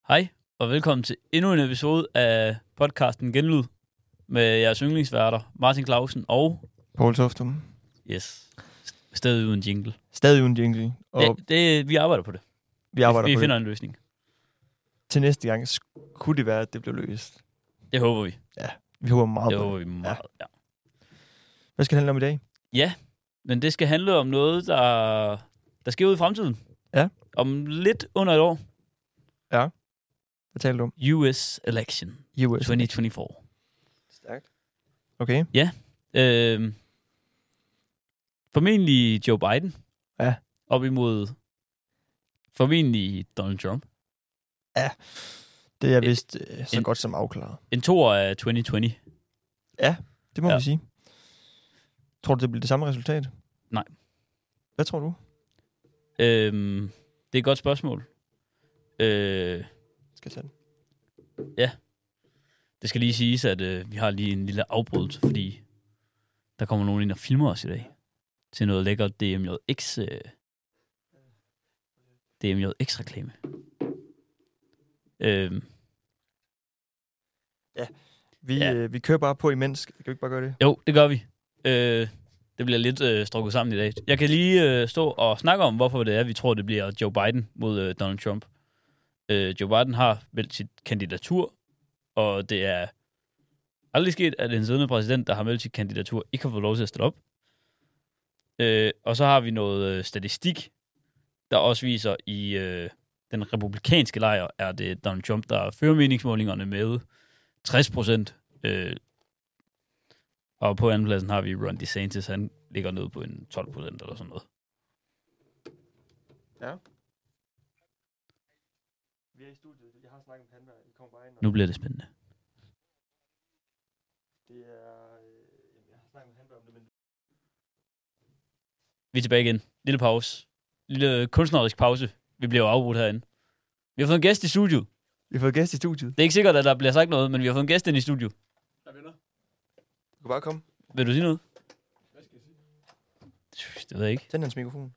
Hej, og velkommen til endnu en episode af podcasten Genlyd med jeres yndlingsværter, Martin Clausen og... Poul Toftum. Yes, stadig uden jingle. Stadig uden jingle. Og Vi arbejder på det. Vi finder en løsning. Til næste gang kunne det være, at det blev løst. Det håber vi. Ja, vi håber meget det på håber vi meget, ja. Hvad skal det handle om i dag? Ja, men det skal handle om noget, der sker ud i fremtiden. Ja. Om lidt under et år. Ja. Hvad taler du om? US election. US 2024. Stærkt. Okay. Ja. Formentlig Joe Biden. Ja. Op imod formentlig Donald Trump. Ja. Det er vist så godt som afklaret. En toer af 2020. Ja, det må vi sige. Tror du, det bliver det samme resultat? Nej. Hvad tror du? Det er et godt spørgsmål. Skal jeg tage den? Ja. Det skal lige siges, at vi har lige en lille afbrydelse, fordi der kommer nogen ind og filmer os i dag til noget lækkert DMJX-reklame. Vi kører bare på imens. Kan vi ikke bare gøre det? Jo, det gør vi. Det bliver lidt strukket sammen i dag. Jeg kan lige stå og snakke om, hvorfor det er, vi tror, det bliver Joe Biden mod Donald Trump. Joe Biden har meldt sit kandidatur, og det er aldrig sket, at en siddende præsident, der har meldt sit kandidatur, ikke har fået lov til at stille op. Og så har vi noget statistik, der også viser i den republikanske lejr, er det Donald Trump, der fører meningsmålingerne med 60%. Og på andenpladsen har vi Ron DeSantis, han ligger nede på en 12% eller sådan noget. Ja. Vi er i studiet. Jeg har snakket med Hanberg. I kommer bare ind. Nu bliver det spændende. Det er... jeg har snakket med Hanberg om det, men... Vi er tilbage igen. Lille pause. Lille kunstnerisk pause. Vi bliver afbrudt herinde. Vi har fået en gæst i studiet. Vi har fået en gæst i studiet. Det er ikke sikkert, at der bliver sagt noget, men vi har fået en gæst ind i studiet. Jeg vinder. Du kan bare komme. Vil du sige noget? Hvad skal jeg sige? Det ved jeg ikke. Tænd hans mikrofon.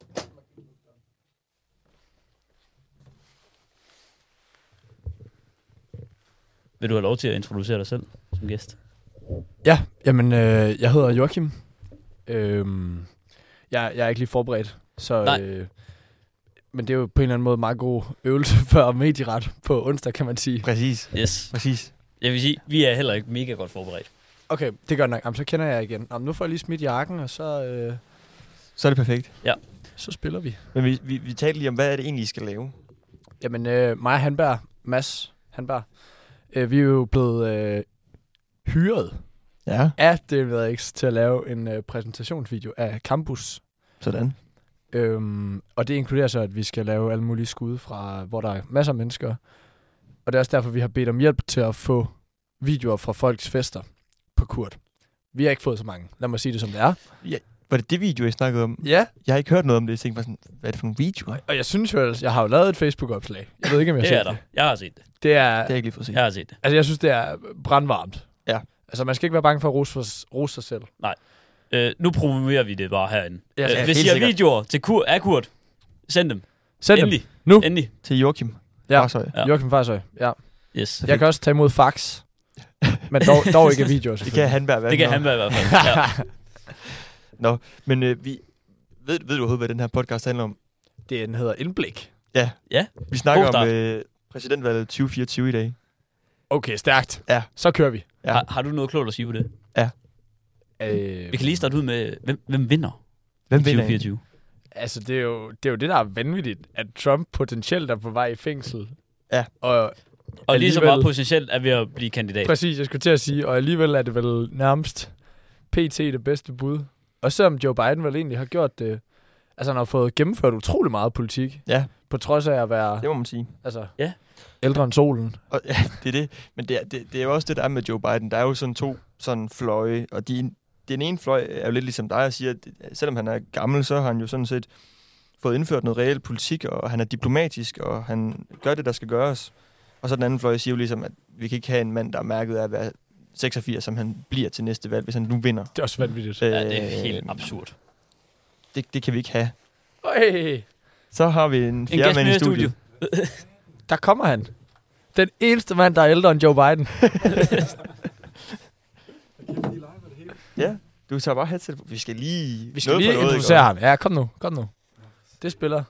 Vil du have lov til at introducere dig selv som gæst? Ja, jamen, jeg hedder Joachim. Jeg er ikke lige forberedt, så... men det er jo på en eller anden måde meget god øvelse før medieret på onsdag, kan man sige. Præcis. Yes. Præcis. Jeg vil sige, vi er heller ikke mega godt forberedt. Okay, det gør nok. Jamen, så kender jeg igen. Jamen, nu får jeg lige smidt jakken, og så... Så er det perfekt. Ja. Så spiller vi. Men vi talte lige om, hvad er det egentlig, I skal lave? Jamen, mig og Hanberg, Mads Hanberg, vi er jo blevet hyret af DMJX til at lave en præsentationsvideo af Campus. Sådan. Og det inkluderer så, at vi skal lave alle mulige skud fra, hvor der er masser af mennesker. Og det er også derfor, vi har bedt om hjælp til at få videoer fra folks fester på Kurt. Vi har ikke fået så mange. Lad mig sige det, som det er. Ja. Var det video, I snakkede om? Ja. Jeg har ikke hørt noget om det. Jeg tænkte bare sådan, hvad er det for nogle videoer? Og jeg synes jo, jeg har jo lavet et Facebook-opslag. Jeg ved ikke, om jeg har set det. Jeg har set det. Det er jeg ikke lige fået set. Jeg har set det. Altså, jeg synes, det er brandvarmt. Ja. Altså, man skal ikke være bange for at rose sig selv. Nej. Nu promoverer vi det bare herinde. Ja, hvis I har videoer til Kurt, send dem. Send endelig. Dem. Nu. Endelig. Til Joachim. Ja. Farshøj. Ja. Joachim Farshøj. Ja. Yes. Jeg kan også tage imod fax. Men dog ikke videoer. Det kan Hanberg være. Det kan Hanberg i hvert fald. Ja. Nå, men ved du overhovedet, hvad den her podcast handler om? Den hedder Indblik. Ja. Ja. Vi snakker om præsidentvalget 2024 i dag. Okay, stærkt. Ja. Så kører vi. Ja. Har du noget klogt at sige på det? Ja. Vi kan lige starte ud med, hvem vinder? Hvem vinder 2024? Altså, det er jo det, der er vanvittigt, at Trump potentielt er på vej i fængsel. Ja. Og lige så meget potentielt er ved at blive kandidat. Præcis, jeg skulle til at sige. Og alligevel er det vel nærmest PT det bedste bud. Og selvom Joe Biden vel egentlig har gjort det... Altså, han har fået gennemført utrolig meget politik. Ja. På trods af at være... Det må man sige. Altså, ja. Ældre end solen. Og, ja, det er det. Men det er jo også det, der er med Joe Biden. Der er jo sådan to fløje, og den ene fløj er jo lidt ligesom dig og siger, at selvom han er gammel, så har han jo sådan set fået indført noget reel politik, og han er diplomatisk, og han gør det, der skal gøres. Og så den anden fløj siger jo ligesom, at vi kan ikke have en mand, der er mærket af at være 86, som han bliver til næste valg, hvis han nu vinder. Det er også vanvittigt. Ja, det er helt absurd. Det kan vi ikke have. Øj. Så har vi en fjerde mand i studiet. Der kommer han. Den eneste mand, der er ældre end Joe Biden. Ja, du tager bare headset på. Vi skal lige introducere ham. Ja, kom nu. Det spiller.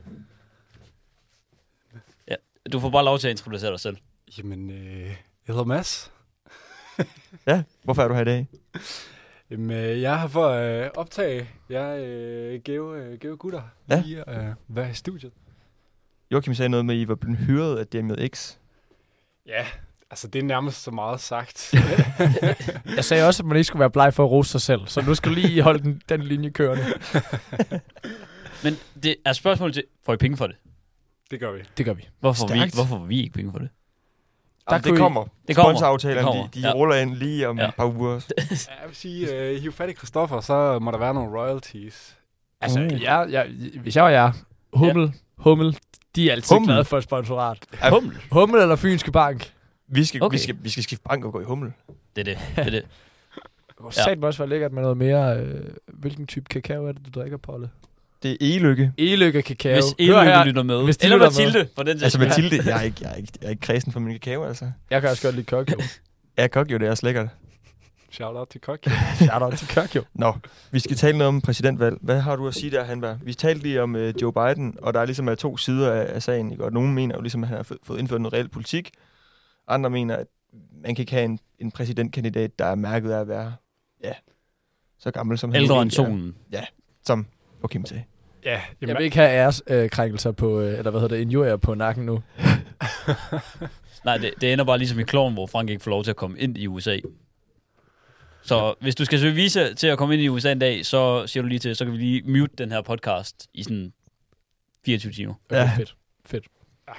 Ja, du får bare lov til at introducere dig selv. Jamen, jeg hedder Mads. Ja, hvorfor er du her i dag? Jamen, jeg er her for at optage Geo Gutter lige være i studiet. Joachim sagde noget med, at I var blevet hyret af DMX. Ja, altså det er nærmest så meget sagt. Jeg sagde også, at man ikke skulle være bleg for at rose sig selv, så nu skal du lige holde den linje kørende. Men det er spørgsmålet til, får I penge for det? Det gør vi. Det gør vi. Hvorfor får vi ikke penge for det? Det kommer. Sponsoraftalerne, de ruller ind lige om et par uger. Jeg vil sige, hiv fat i Christoffer, så må der være nogle royalties. Altså, hvis jeg var jer, Hummel, de er altid glade for et sponsorat. Hummel eller Fynske Bank? Vi skal skifte bank og gå i Hummel. Det er det. Sagde også være lækkert med noget mere. Hvilken type kakao er det, du drikker, Polle? Det er Egeløkke. Egeløkke kakao. Hvis Egeløkke lytter med. Hvis eller Mathilde. For den altså Mathilde, jeg er ikke kredsen for min kakao, altså. Jeg kan også godt lide Kokjo. Ja, Kokjo, det er også lækkert. Shout out til Kokjo. Nå, vi skal tale noget om præsidentvalg. Hvad har du at sige der, Hanberg? Vi talte lige om Joe Biden, og der er ligesom to sider af sagen. Ikke? Og nogle mener jo ligesom, at han har fået indført noget reel politik. Andre mener, at man kan ikke have en præsidentkandidat, der er mærket af at være så gammel som han. Ældre end solen. Ja, som Joachim sagde. Ja, jeg vil ikke have æreskrænkelser på, eller injurier på nakken nu. Nej, det ender bare ligesom i Kloven, hvor Frank ikke får lov til at komme ind i USA. Så hvis du skal søge visa til at komme ind i USA en dag, så siger du lige til, så kan vi lige mute den her podcast i sådan 24 timer. Okay, ja. Fedt. Ja.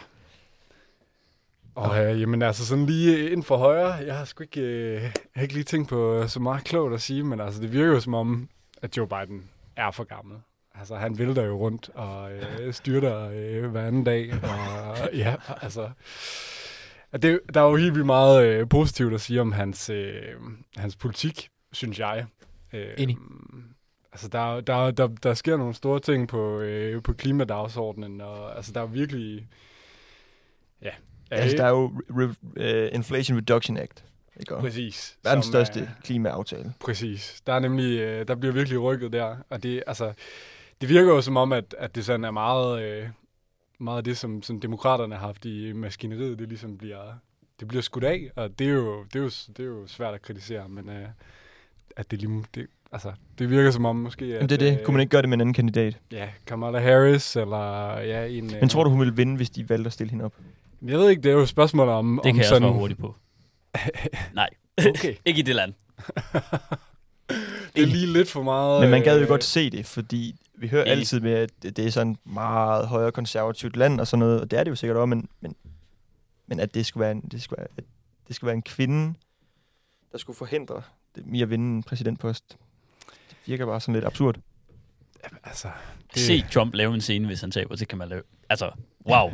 Og jamen altså sådan lige ind for højre, jeg har sgu ikke lige tænkt på så meget klogt at sige, men altså det virker jo som om, at Joe Biden er for gammel. Altså, han vælter jo rundt og styrter hver anden dag. Og ja, altså... Der er jo helt vildt meget positivt at sige om hans politik, synes jeg. Enig. Altså, der sker nogle store ting på klimadagsordenen, og altså, der er virkelig... Ja. Altså, der er jo Inflation Reduction Act. Ikke? Præcis. Verdens største klimaaftale. Præcis. Der er nemlig... der bliver virkelig rykket der, og det, altså... Det virker jo som om, at det sådan er meget af det, som demokraterne har haft i maskineriet, det ligesom bliver skudt af, og det er jo svært at kritisere, men at det virker som om måske... Men det. Kunne man ikke gøre det med en anden kandidat? Ja, Kamala Harris, eller en... Men tror du, hun ville vinde, hvis de valgte at stille hende op? Jeg ved ikke, det er jo et spørgsmål om... Det kan jeg sådan... også være hurtigt på. Nej, okay. Ikke i det land. Det er lige lidt for meget... Men man gad jo godt se det, fordi vi hører altid med, at det er sådan meget højere konservativt land og sådan noget, og det er det jo sikkert også, men at det skulle være en kvinde, der skulle forhindre dem i at vinde en præsidentpost. Det virker bare sådan lidt absurd. Jamen, altså... Se Trump lave en scene, hvis han taber, det kan man lave. Altså, wow.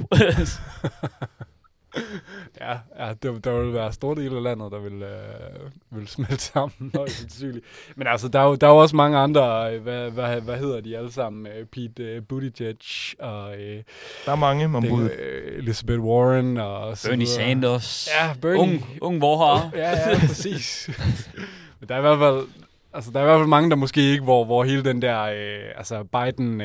Ja, der vil være store dele af landet, der vil smelte sammen, højst sandsynligt. Men altså, der er jo også mange andre, hvad hedder de alle sammen? Pete Buttigieg og... der er mange, man burde. Elizabeth Warren og... Bernie Sanders. Ja, Bernie. Ung vorhar. Ja, præcis. Men der er i hvert fald mange, der måske ikke, hvor hele den der, Biden...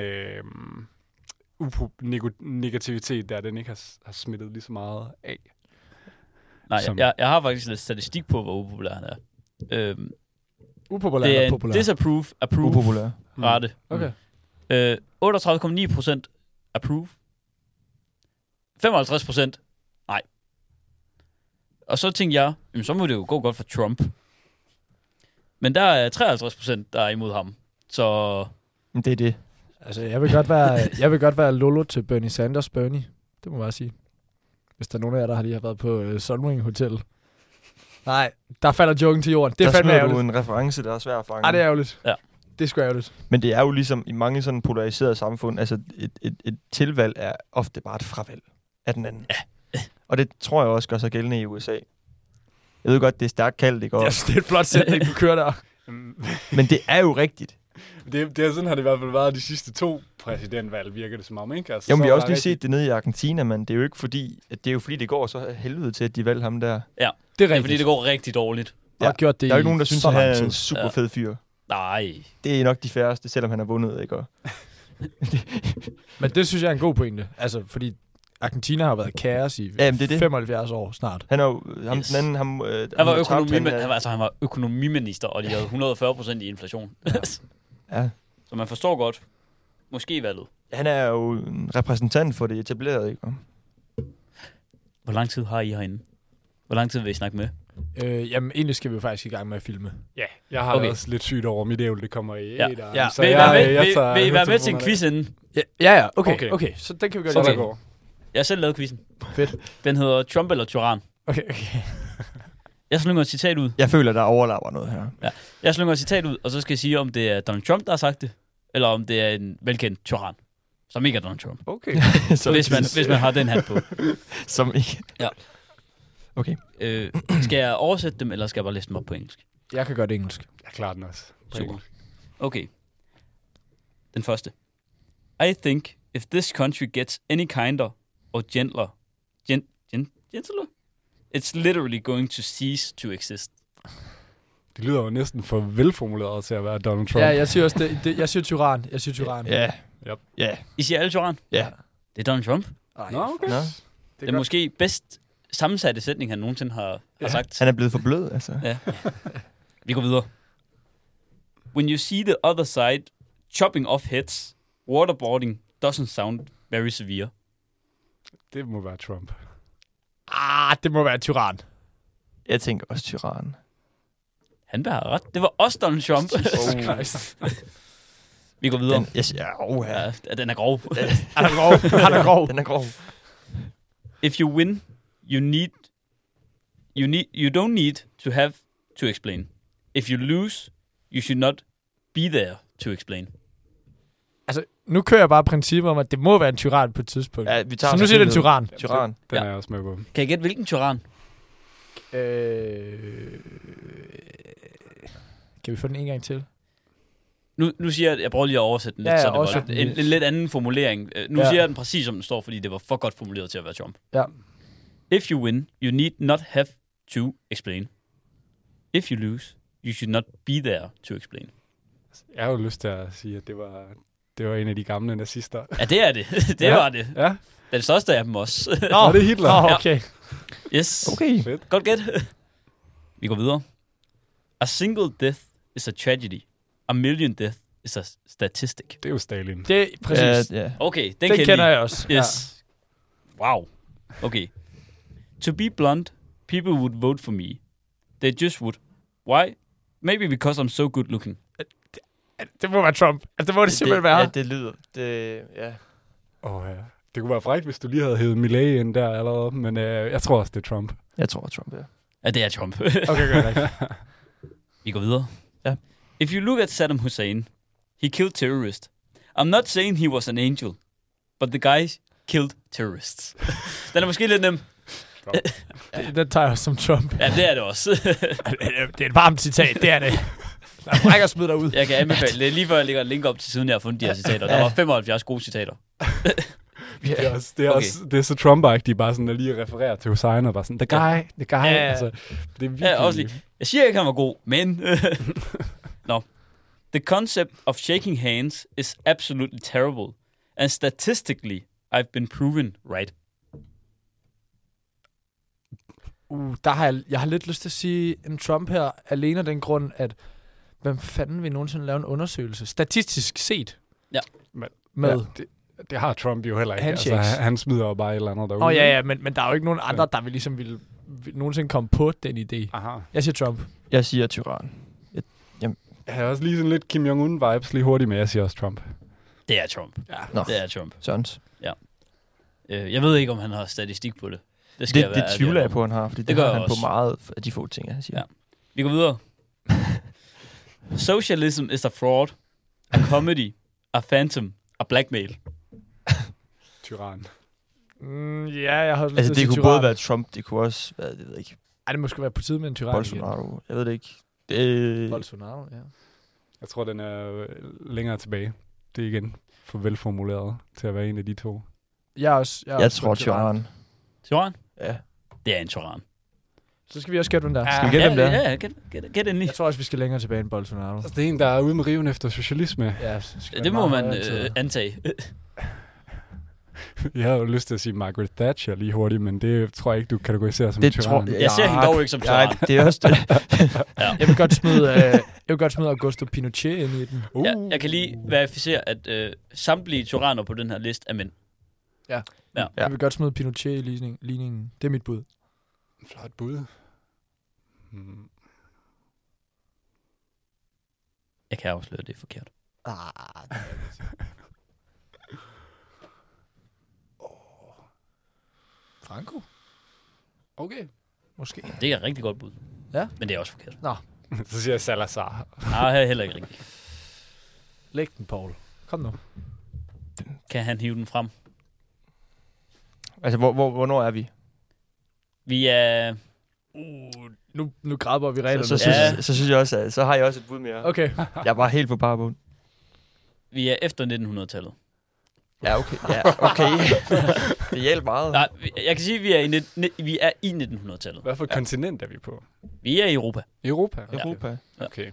negativitet der, den ikke har smittet lige så meget af. Nej, jeg har faktisk lidt statistik på, hvor upopulær han er. Upopulær det er eller populær? Disapprove, approve upopulær. rate. Okay. 38,9% approve. 55% nej. Og så tænkte jeg, så må det jo gå godt for Trump. Men der er 53%, der er imod ham. Så... Det er det. Altså, jeg vil godt være Lolo til Bernie Sanders. Bernie, det må jeg bare sige. Hvis der er nogen af jer, der lige har været på Sunwing Hotel. Nej, der falder joken til jorden. Det er fandme ærgerligt. Der smider du en reference, der er svær at fange. Nej, det er ærgerligt. Ja. Det er sgu ærgerligt. Men det er jo ligesom i mange sådan polariserede samfund, altså et tilvalg er ofte bare et fravalg af den anden. Ja. Og det tror jeg også gør sig gældende i USA. Jeg ved godt, det er stærkt kaldt, ikke? Det er et flot sætning, du kører der. Men det er jo rigtigt. Sådan har det i hvert fald været de sidste 2 præsidentvalg, virker det som om, ikke? Altså, Jo, men vi har var også lige rigtig- set det nede i Argentina, men det er jo ikke fordi, det går så helvede til, at de valgte ham der. Det er Det er rigtigt. fordi, det går rigtig dårligt. Og har gjort det Der er jo i ikke nogen, der synes, så at lang han er tid. en super fed fyr. Nej. Det er nok de færreste, selvom han har vundet, ikke? Men det synes jeg er en god pointe. Altså, fordi Argentina har været kaos i Ja, men det er det. 75 år snart. Han er jo... Ham, Yes. den anden, Han var økonomiminister, og de havde 140% i inflation. Ja. Så man forstår godt. Måske valget. Han er jo en repræsentant for det etablerede, ikke? Hvor lang tid har I herinde? Hvor lang tid vil I snakke med? Jamen, egentlig skal vi jo faktisk i gang med at filme. Ja, jeg har Okay. også lidt sygt over mit ævl, det kommer i Ja. etter. Ja. Så Vil I jeg være med til en høretelefonerne. quiz inden? Ja. Okay. Okay. Okay. Så den kan vi Så godt der lide. går. Jeg har selv lavet quizzen. Fedt. Den hedder Trump eller Tyrann. Okay. Jeg slynger et citat ud. Jeg føler, der overlapper noget her. Jeg slynger et citat ud, og så skal jeg sige, om det er Donald Trump, der har sagt det, eller om det er en velkendt tyran, som ikke er Donald Trump. Okay. Så Hvis man har den hat på. Som ikke... Ja. Okay. Skal jeg oversætte dem, eller skal jeg bare læse dem op på engelsk? Jeg kan gøre det engelsk. Jeg klarer den også. På Super. engelsk. Okay. Den første. I think if this country gets any kinder or gentler, gentler, it's literally going to cease to exist. Det lyder jo næsten for velformuleret til at være Donald Trump. Ja, jeg siger også det. Jeg siger tyran. Ja. Yep. Ja. I siger alle tyran? Ja. Det er Donald Trump. Ej, Nå, okay. Nå. Det er måske bedst sammensatte sætning, han nogensinde har sagt. Han er blevet for blød, altså. Ja. Vi går videre. When you see the other side chopping off heads, waterboarding doesn't sound very severe. Det må være Trump. det må være tyran. Jeg tænker også tyran. Han vil have ret. Det var også Donald Trump. Christ. Vi går videre. Ja, Den er grov. Han er grov. Han er grov. Den er grov. If you win, you don't need to have to explain. If you lose, you should not be there to explain. Altså, nu kører jeg bare princippet om, at det må være en tyran på et tidspunkt. Ja, vi tager Så nu siger det en tyran. Tyran. Den Ja. er jeg også med på. Kan jeg gætte, hvilken tyran? Kan vi få den en gang til? Nu siger jeg prøver lige at oversætte den lidt, Ja, så det oversæt var den en lige. lidt anden formulering. Nu siger jeg den præcis, som den står, fordi det var for godt formuleret til at være Trump. Ja. If you win, you need not have to explain. If you lose, you should not be there to explain. Jeg har jo lyst til at sige, at det var en af de gamle nazister. Ja, det er det. Det Ja. var det. Ja, Den største af dem også. og det er Hitler. Nå, okay. Yes. Okay. Fedt. Godt gæt. Vi går videre. A single death is a tragedy. A million death is a statistic. Det er jo Stalin. Det er præcis. Ja. Okay, Den kender jeg også. Yes. Wow. Okay. To be blunt, people would vote for me. They just would. Why? Maybe because I'm so good looking. Ja. Det må være Trump. Altså, det må det simpelthen være. Ja, det lyder. Ja. Ja. Det kunne være frækt, hvis du lige havde hævet Millet ind der allerede, men jeg tror også, det er Trump. Jeg tror, at Trump er. Ja, det er Trump. Okay, godt. Vi går videre. Ja. If you look at Saddam Hussein, he killed terrorists. I'm not saying he was an angel, but the guy killed terrorists. Den er måske lidt nem. Den tager jeg også som Trump. Ja, det er det også. Det er et varmt citat, det er det. Der er fræk at smide dig ud. Jeg kan anbefale det. Lige før jeg lægger et link op til siden, jeg har fundet de her citater. Der var 75 gode citater. Det er, det er så Trump-agtigt, bare sådan at lige referere til Hussein og bare sådan, the guy. Ja. Altså, det er virkelig... Ja, også lige. Jeg siger ikke, han var god, men... No. The concept of shaking hands is absolutely terrible. And statistically, I've been proven right. Der har jeg har lidt lyst til at sige en Trump her, alene af den grund, at hvem fanden vil nogensinde lave en undersøgelse? Statistisk set. Ja. Med. Ja, det har Trump jo heller ikke. Handshakes. Altså, han smider jo bare et eller andet derude. Ja, men der er jo ikke nogen andre, der vil ligesom ville nogensinde komme på den idé. Aha. Jeg siger Trump. Jeg siger tyran. Jeg har også lige sådan lidt Kim Jong-un-vibes lige hurtigt, men jeg siger også Trump. Det er Trump. Ja. Nå. Det er Trump. Sørens. Jeg ved ikke, om han har statistik på det. Skal jeg Det være ærlig tvivler jeg om. på, han har, fordi Det det gør har jeg han også. på meget af de få ting, han siger. Ja. Vi går videre. Socialism is a fraud, a comedy, a phantom, a blackmail. Tyran. Ja, jeg har lyst Altså, til at det sige kunne både tyran. være Trump, det kunne også være, det ved jeg ikke, Ej, det må sgu være på tide med en tyran igen. Bolsonaro. Jeg ved det ikke. Bolsonaro, ja. Jeg tror, den er længere tilbage. Det er igen for velformuleret til at være en af de to. Jeg tror tyran. Tyran? Ja. Det er en tyran. Så skal vi også gætte, hvem der er. Skal vi gætte, hvem det er? Ja, gæt endelig. Jeg tror også, vi skal længere tilbage end Bolsonaro. Altså, det er en, der er ude med riven efter socialisme. Ja, Det må man antage. Jeg havde jo lyst til at sige Margaret Thatcher lige hurtigt, men det tror jeg ikke, du kategoriserer som Det en tyran. Jeg ser hende dog ikke som tyran. Ja, det er også det. Ja. Jeg vil godt smide Augusto Pinochet ind i den. Jeg kan lige verificere, at samtlige tyranner på den her liste er mænd. Ja. Ja. Jeg vil godt smide Pinochet i ligningen. Det er mit bud. Flot bud. Jeg kan afsløre, at det er forkert. Franco? Okay. Måske. Det er et rigtig godt bud. Ja. Men det er også forkert. Så siger jeg Salazar. Nej, det er heller ikke rigtigt. Læg den, Paul. Kom nu. Kan han hive den frem? Altså, hvornår er vi? Vi er... Nu grabber vi reglerne. Så synes jeg også, at så har jeg også et bud mere. Okay. Jeg er bare helt på barbund. Vi er efter 1900-tallet. Ja, okay. Det hjælper meget. Nej, jeg kan sige, at vi er i 1900-tallet. Hvad for kontinent er vi på? Vi er i Europa. Europa? Europa. Ja. Okay.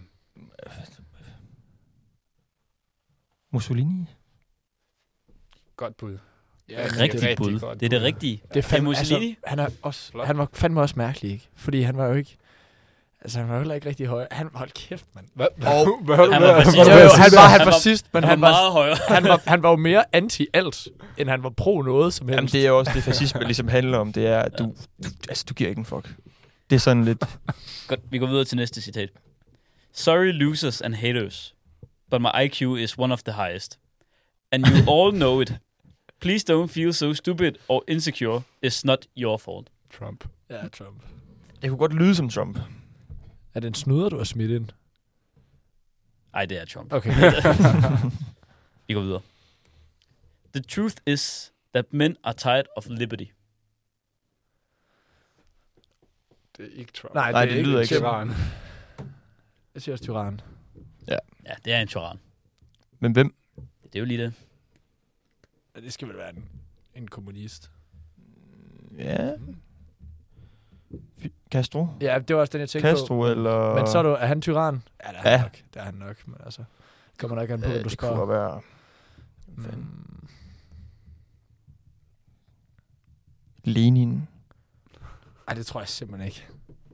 Mussolini? Godt bud. Rigtig bud. Det er det rigtige. Det er fandme, Mussolini? Han var fandme også mærkelig, ikke? Fordi han var jo ikke... Altså, han var heller ikke rigtig høj. Hold kæft, mand. Hvad? Han var fascist, men han var meget højere. han var jo mere anti-alt, end han var pro noget som helst. Jamen, det er jo også det, fascisme ligesom handler om. Det er, at du giver ikke en fuck. Det er sådan lidt... Godt, vi går videre til næste citat. Sorry losers and haters, but my IQ is one of the highest. And you all know it. Please don't feel so stupid or insecure. It's not your fault. Trump. Ja, Trump. Det kunne godt lyde som Trump. Er det en snyder, du har smidt ind? Ej, det er Trump. Okay. Vi går videre. The truth is that men are tired of liberty. Det er ikke Trump. Nej, det lyder ikke tyran. Jeg siger også tyran. Ja, det er en tyran. Men hvem? Det er jo lige det. Det skal vel være en kommunist. Ja. Castro? Ja, det var også den, jeg tænkte Castro, på. eller... Men så er han tyran? Ja, det er han Ja. nok. Det er han nok, men altså... Kommer nok an på, hvem du det spørger. kunne være... Lenin. Ej, det tror jeg simpelthen ikke.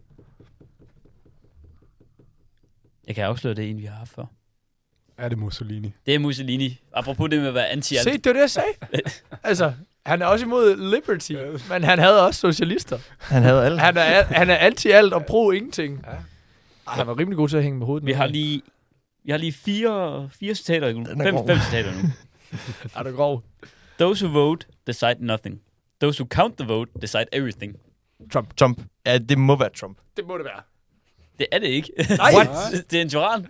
Jeg kan afsløre, det er en, vi har haft før. Er det Mussolini? Det er Mussolini. Apropos det med at være anti-alt. Se, det var det, jeg sagde. Altså, han er også imod liberty, men han havde også socialister. Han havde alle. Han er anti-alt og pro-ingenting. Ja. Han var rimelig god til at hænge med hovedet. Vi har lige fire citater nu. Fem citater nu. Er du grov? Those who vote decide nothing. Those who count the vote decide everything. Trump. Ja, det må være Trump. Det må det være. Det er det ikke. Nej. Det er en tyran.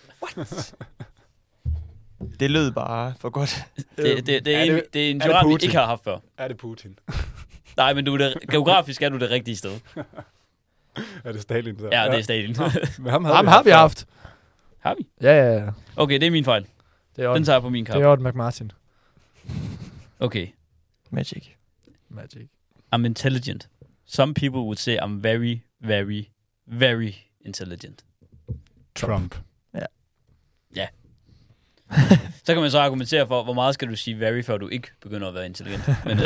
Det lød bare for godt. Det er en tyran, vi ikke har haft før. Er det Putin? Nej, men geografisk er du det rigtige sted. Er det Stalin så? Ja, det er Stalin. Men ham har vi haft. Har vi? Ja. Okay, det er min fejl. Den tager jeg på min kap. Det er Odd McMartin. Okay. Magic. I'm intelligent. Some people would say I'm very, very, very intelligent. Trump. Ja. Så kan man så argumentere for, hvor meget skal du sige very, før du ikke begynder at være intelligent. Men,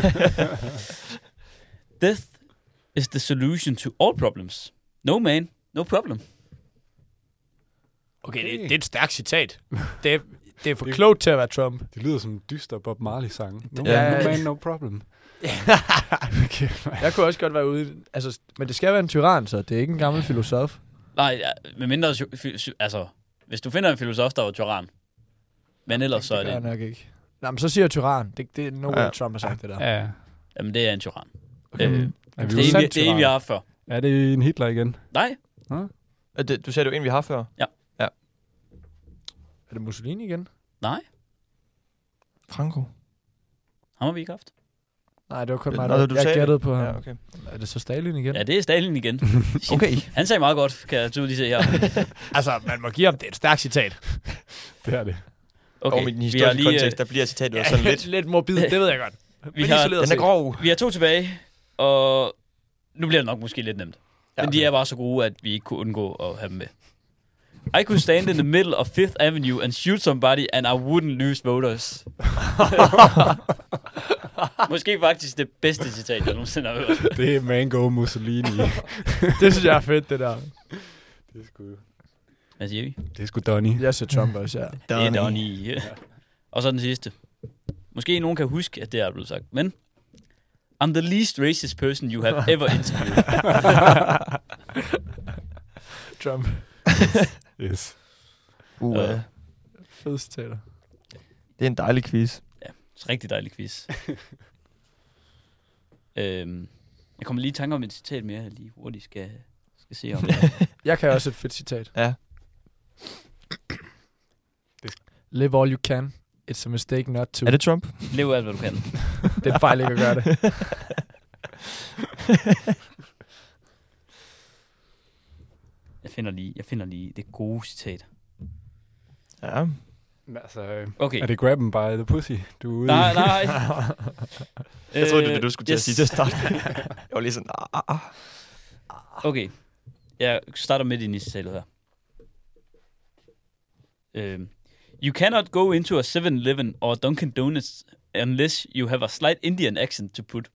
death is the solution to all problems. No man, no problem. Okay, det er et stærkt citat. Det er for klogt til at være Trump. Det lyder som en dyster Bob Marley-sang. No man, no problem. Okay. Jeg kunne også godt være ude... Altså, men det skal være en tyran, så det er ikke en gammel filosof. Nej, med mindre... Altså, hvis du finder en filosof, der var tyran. Men ellers så er det... Det nok ikke. Nej, men så siger jeg tyran. Det er no way, Trump har sagt det der. Ja. Jamen, det er en tyran. Okay. Det er en, vi har haft før. Er det en Hitler igen? Nej. Du sagde, det var en, vi har haft før? Ja. Er det Mussolini igen? Nej. Franco? Ham har vi ikke haft. Nej, det var kun mig, Nå, der du jeg sagde gættede det. på ham. Ja, okay. Er det så Stalin igen? Ja, det er Stalin igen. Okay. Han sagde meget godt, kan jeg tydeligt se her. Altså, man må give ham, det er et stærkt citat. Det er det. Okay, Og med den vi har historiske lige, kontekst, der bliver citatet også sådan lidt. lidt morbid, det ved jeg godt. vi har, Den er grov. vi har 2 tilbage, og nu bliver det nok måske lidt nemt. Men de er bare så gode, at vi ikke kunne undgå at have dem med. I could stand in the middle of 5th Avenue and shoot somebody, and I wouldn't lose voters. Måske faktisk det bedste citat, jeg nogensinde har hørt. Det er Mango Mussolini. Det synes jeg er fedt, det der. Det er sgu... Hvad siger vi? Det er sgu Donnie. Jeg ser Trump også, ja. Det er Donnie. Ja. Og så den sidste. Måske nogen kan huske, at det er blevet sagt, men I'm the least racist person you have ever interviewed. Trump. Yes. Ja. Fed citater. Det er en dejlig quiz. Ja, så rigtig dejlig quiz. Jeg kommer lige i tanke om et citat mere, jeg lige hurtigt skal se om det. Jeg kan også et fedt citat. Ja. Live all you can. It's a mistake not to. Er det Trump? Lev alt, hvad du kan. Det er en fejl ikke at gøre det. Jeg finder lige det gode citat. Ja. Altså, Okay. er det grab 'em by the pussy, du er ude Nej. Jeg troede, det var det, du skulle til at yes. sige til at starte. Jeg var lige sådan, Okay. Jeg starter midt ind i citatet her. You cannot go into a 7-Eleven or Dunkin' Donuts unless you have a slight Indian accent to put.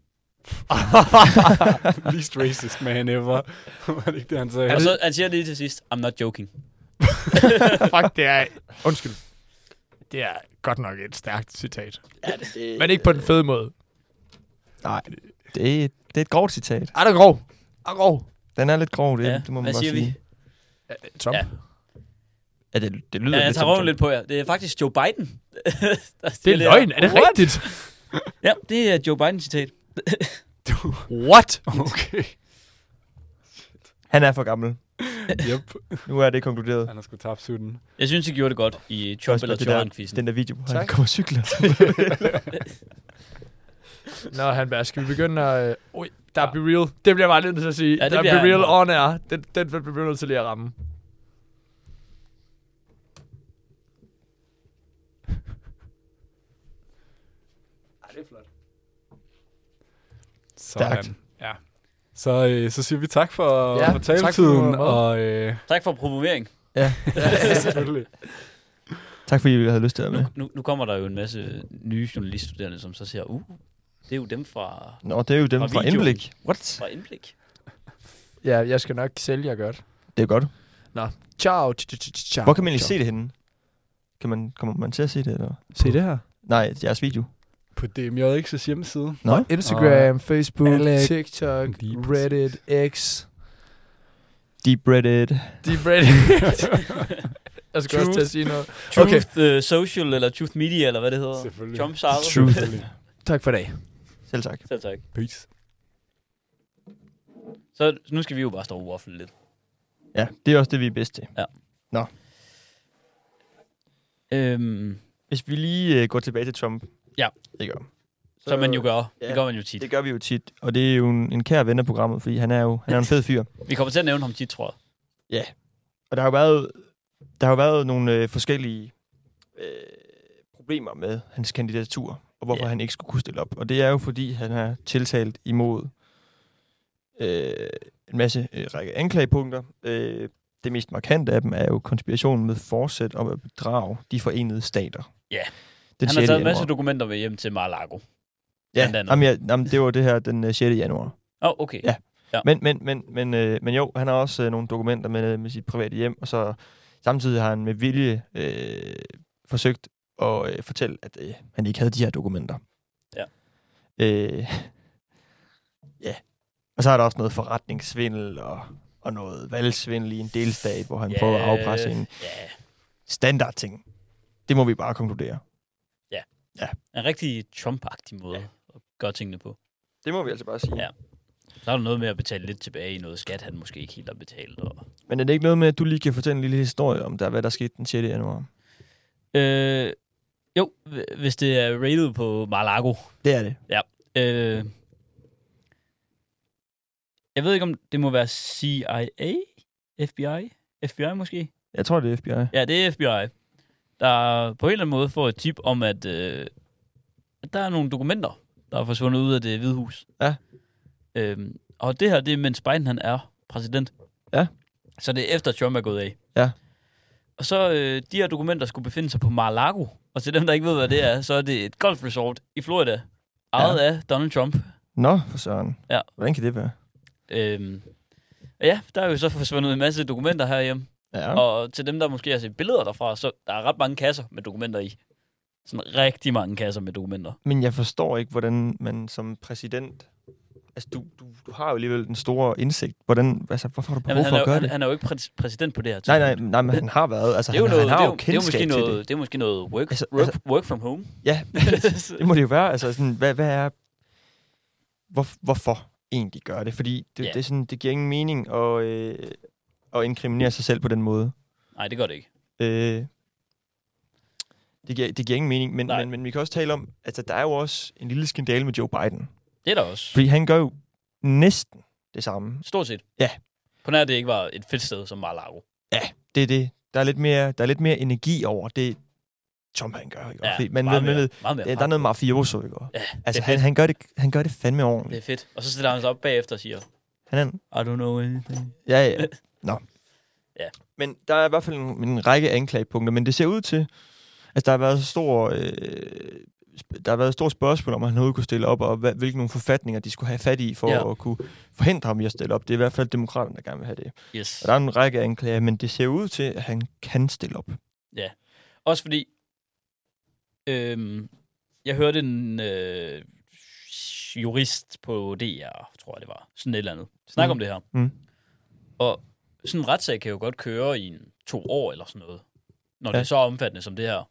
least racist man ever. Var det ikke det, han sagde? Og så han siger lige til sidst, I'm not joking. Fuck, det er... Undskyld. Det er godt nok et stærkt citat. Ja, det, Men ikke på den fede måde. Nej, det er et grovt citat. Er det grov? Er grov? Den er lidt grov, det, Ja, det må man hvad bare siger sige. vi? Trump? Ja. Ja, det lyder Ja, jeg lidt tager som røven Trump. lidt på jer. Det er faktisk Joe Biden. Det er løgn. Er det rigtigt? Ja, det er Joe Biden-citat. What? Okay. Han er for gammel. Yep. Nu er det konkluderet. Han har sgu tabt sutten. Jeg synes, I gjorde det godt i Trump eller Tyrann-quizzen. Den der video, hvor han Tak. kommer og cykler. Nå, Hanberg, skal vi begynde at... der er Be Real. Det bliver jeg bare nødt til at sige. Ja, det der er bliver Be Real han. on air. Den bliver vi nødt til lige at ramme. Det er flot. Stærkt. Ja. Så siger vi tak for, Ja, for tak for taletiden. at Og Tak for promovering. Ja. selvfølgelig. Tak fordi I havde lyst til at være med. Nu kommer der jo en masse nye journaliststuderende, som så siger, det er jo dem fra Nå, det er jo dem Fra fra videoen. Indblik. What? Indblik. Ja, jeg skal nok sælge jer godt. Det er godt. Ciao. Ciao. Hvor kan man egentlig se det henne? Kommer man til at se det? Eller? Se det her. Nej, jeres video. På DMJX's hjemmeside. Nå. Instagram, Facebook, Alex. TikTok, Deep. Reddit, X. Deep Reddit. Deep Reddit. Jeg skal også til at sige noget. Truth Social, eller Truth Media, eller hvad det hedder. Selvfølgelig. Trumps eget. Truth. Tak for i dag. Selv tak. Selv tak. Peace. Så nu skal vi jo bare stå og waffle lidt. Ja, det er også det, vi er bedst til. Hvis vi lige går tilbage til Trump. Ja. Ikke? Som man jo gør. Ja. Det gør man jo tit. Det gør vi jo tit. Og det er jo en kær ven af programmet, fordi han er en fed fyr. Vi kommer til at nævne ham tit, tror jeg. Ja. Og der har jo været nogle forskellige problemer med hans kandidatur, og hvorfor han ikke skulle kunne stille op. Og det er jo, fordi han har tiltalt imod en masse række anklagepunkter. Det mest markante af dem er jo konspirationen med forsæt om at bedrage de forenede stater. Ja. Den Han 6. har taget en januar. masse dokumenter med hjem til Mar-a-Lago. Ja, blandt andet. jamen, det var det her den 6. januar. Okay. Ja. Ja. Men jo, han har også nogle dokumenter med sit private hjem, og så samtidig har han med vilje forsøgt at fortælle, at han ikke havde de her dokumenter. Ja. Ja. Og så er der også noget forretningssvindel og noget valgsvindel i en delstat, hvor han prøver at afpresse en standardting. Det må vi bare konkludere. En rigtig Trump-agtig måde at gøre tingene på. Det må vi altså bare sige. Ja. Så er der noget med at betale lidt tilbage i noget skat, han måske ikke helt har betalt. Og... Men er det ikke noget med, at du lige kan fortælle en lille historie om, hvad der skete den 6. januar? Jo, hvis det er rated på Mar-a-Lago. Det er det. Jeg ved ikke, om det må være CIA? FBI? FBI måske? Jeg tror, det er FBI. Ja, det er FBI. Der på en eller anden måde får et tip om, at der er nogle dokumenter, der er forsvundet ud af Det Hvide Hus. Ja. Og det her, det er, mens Biden han er præsident. Ja. Så det er efter, Trump er gået af. Ja. Og så de her dokumenter skulle befinde sig på Mar-a-Lago. Og til dem, der ikke ved, hvad det er, så er det et golfresort i Florida, ejet af Donald Trump. Nå, for søren. Ja. Hvordan kan det være? Ja, der er jo så forsvundet en masse dokumenter herhjemme. Ja. Og til dem, der måske har set billeder derfra, så der er ret mange kasser med dokumenter i. Sådan rigtig mange kasser med dokumenter. Men jeg forstår ikke, hvordan man som præsident... Altså, du har jo alligevel den store indsigt. Hvorfor har du behov for at gøre det? Han er jo ikke præsident på det her Nej, men han har været. Altså, det er jo noget, han har jo det er kendskab til det. Det er måske noget work from home. Ja, det må det jo være. Altså, sådan, hvad er... Hvorfor egentlig gøre det? Fordi det er sådan, det giver ingen mening at inkriminere sig selv på den måde. Nej, det gør det ikke. Det giver ingen mening, men vi kan også tale om, altså der er jo også en lille skandale med Joe Biden. Det er der også. Fordi han gør jo næsten det samme. Stort set. Ja. På nær det ikke var et fedt sted som Mar-a-Lago. Ja, det er det. Der er lidt mere energi over det, Trump han gør. Ikke? Ja, men meget mere der er noget mafioso, ikke? Ja, altså han gør det fandme ordentligt. Det er fedt. Og så stiller han sig op bagefter og siger, I don't know anything. Ja. Nå. Ja. Men der er i hvert fald en række anklagepunkter, men det ser ud til, altså der har været så stor spørgsmål om, at han overhovedet kunne stille op, og hvilke nogle forfatninger de skulle have fat i, for at kunne forhindre ham i at stille op. Det er i hvert fald demokraterne, der gerne vil have det. Yes. Og der er en række anklager, men det ser ud til, at han kan stille op. Ja. Også fordi, jeg hørte en jurist på DR, tror jeg det var, sådan et eller andet, snak om det her. Mm. Og sådan en retssag kan jo godt køre i 2 år eller sådan noget, når det er så omfattende som det her.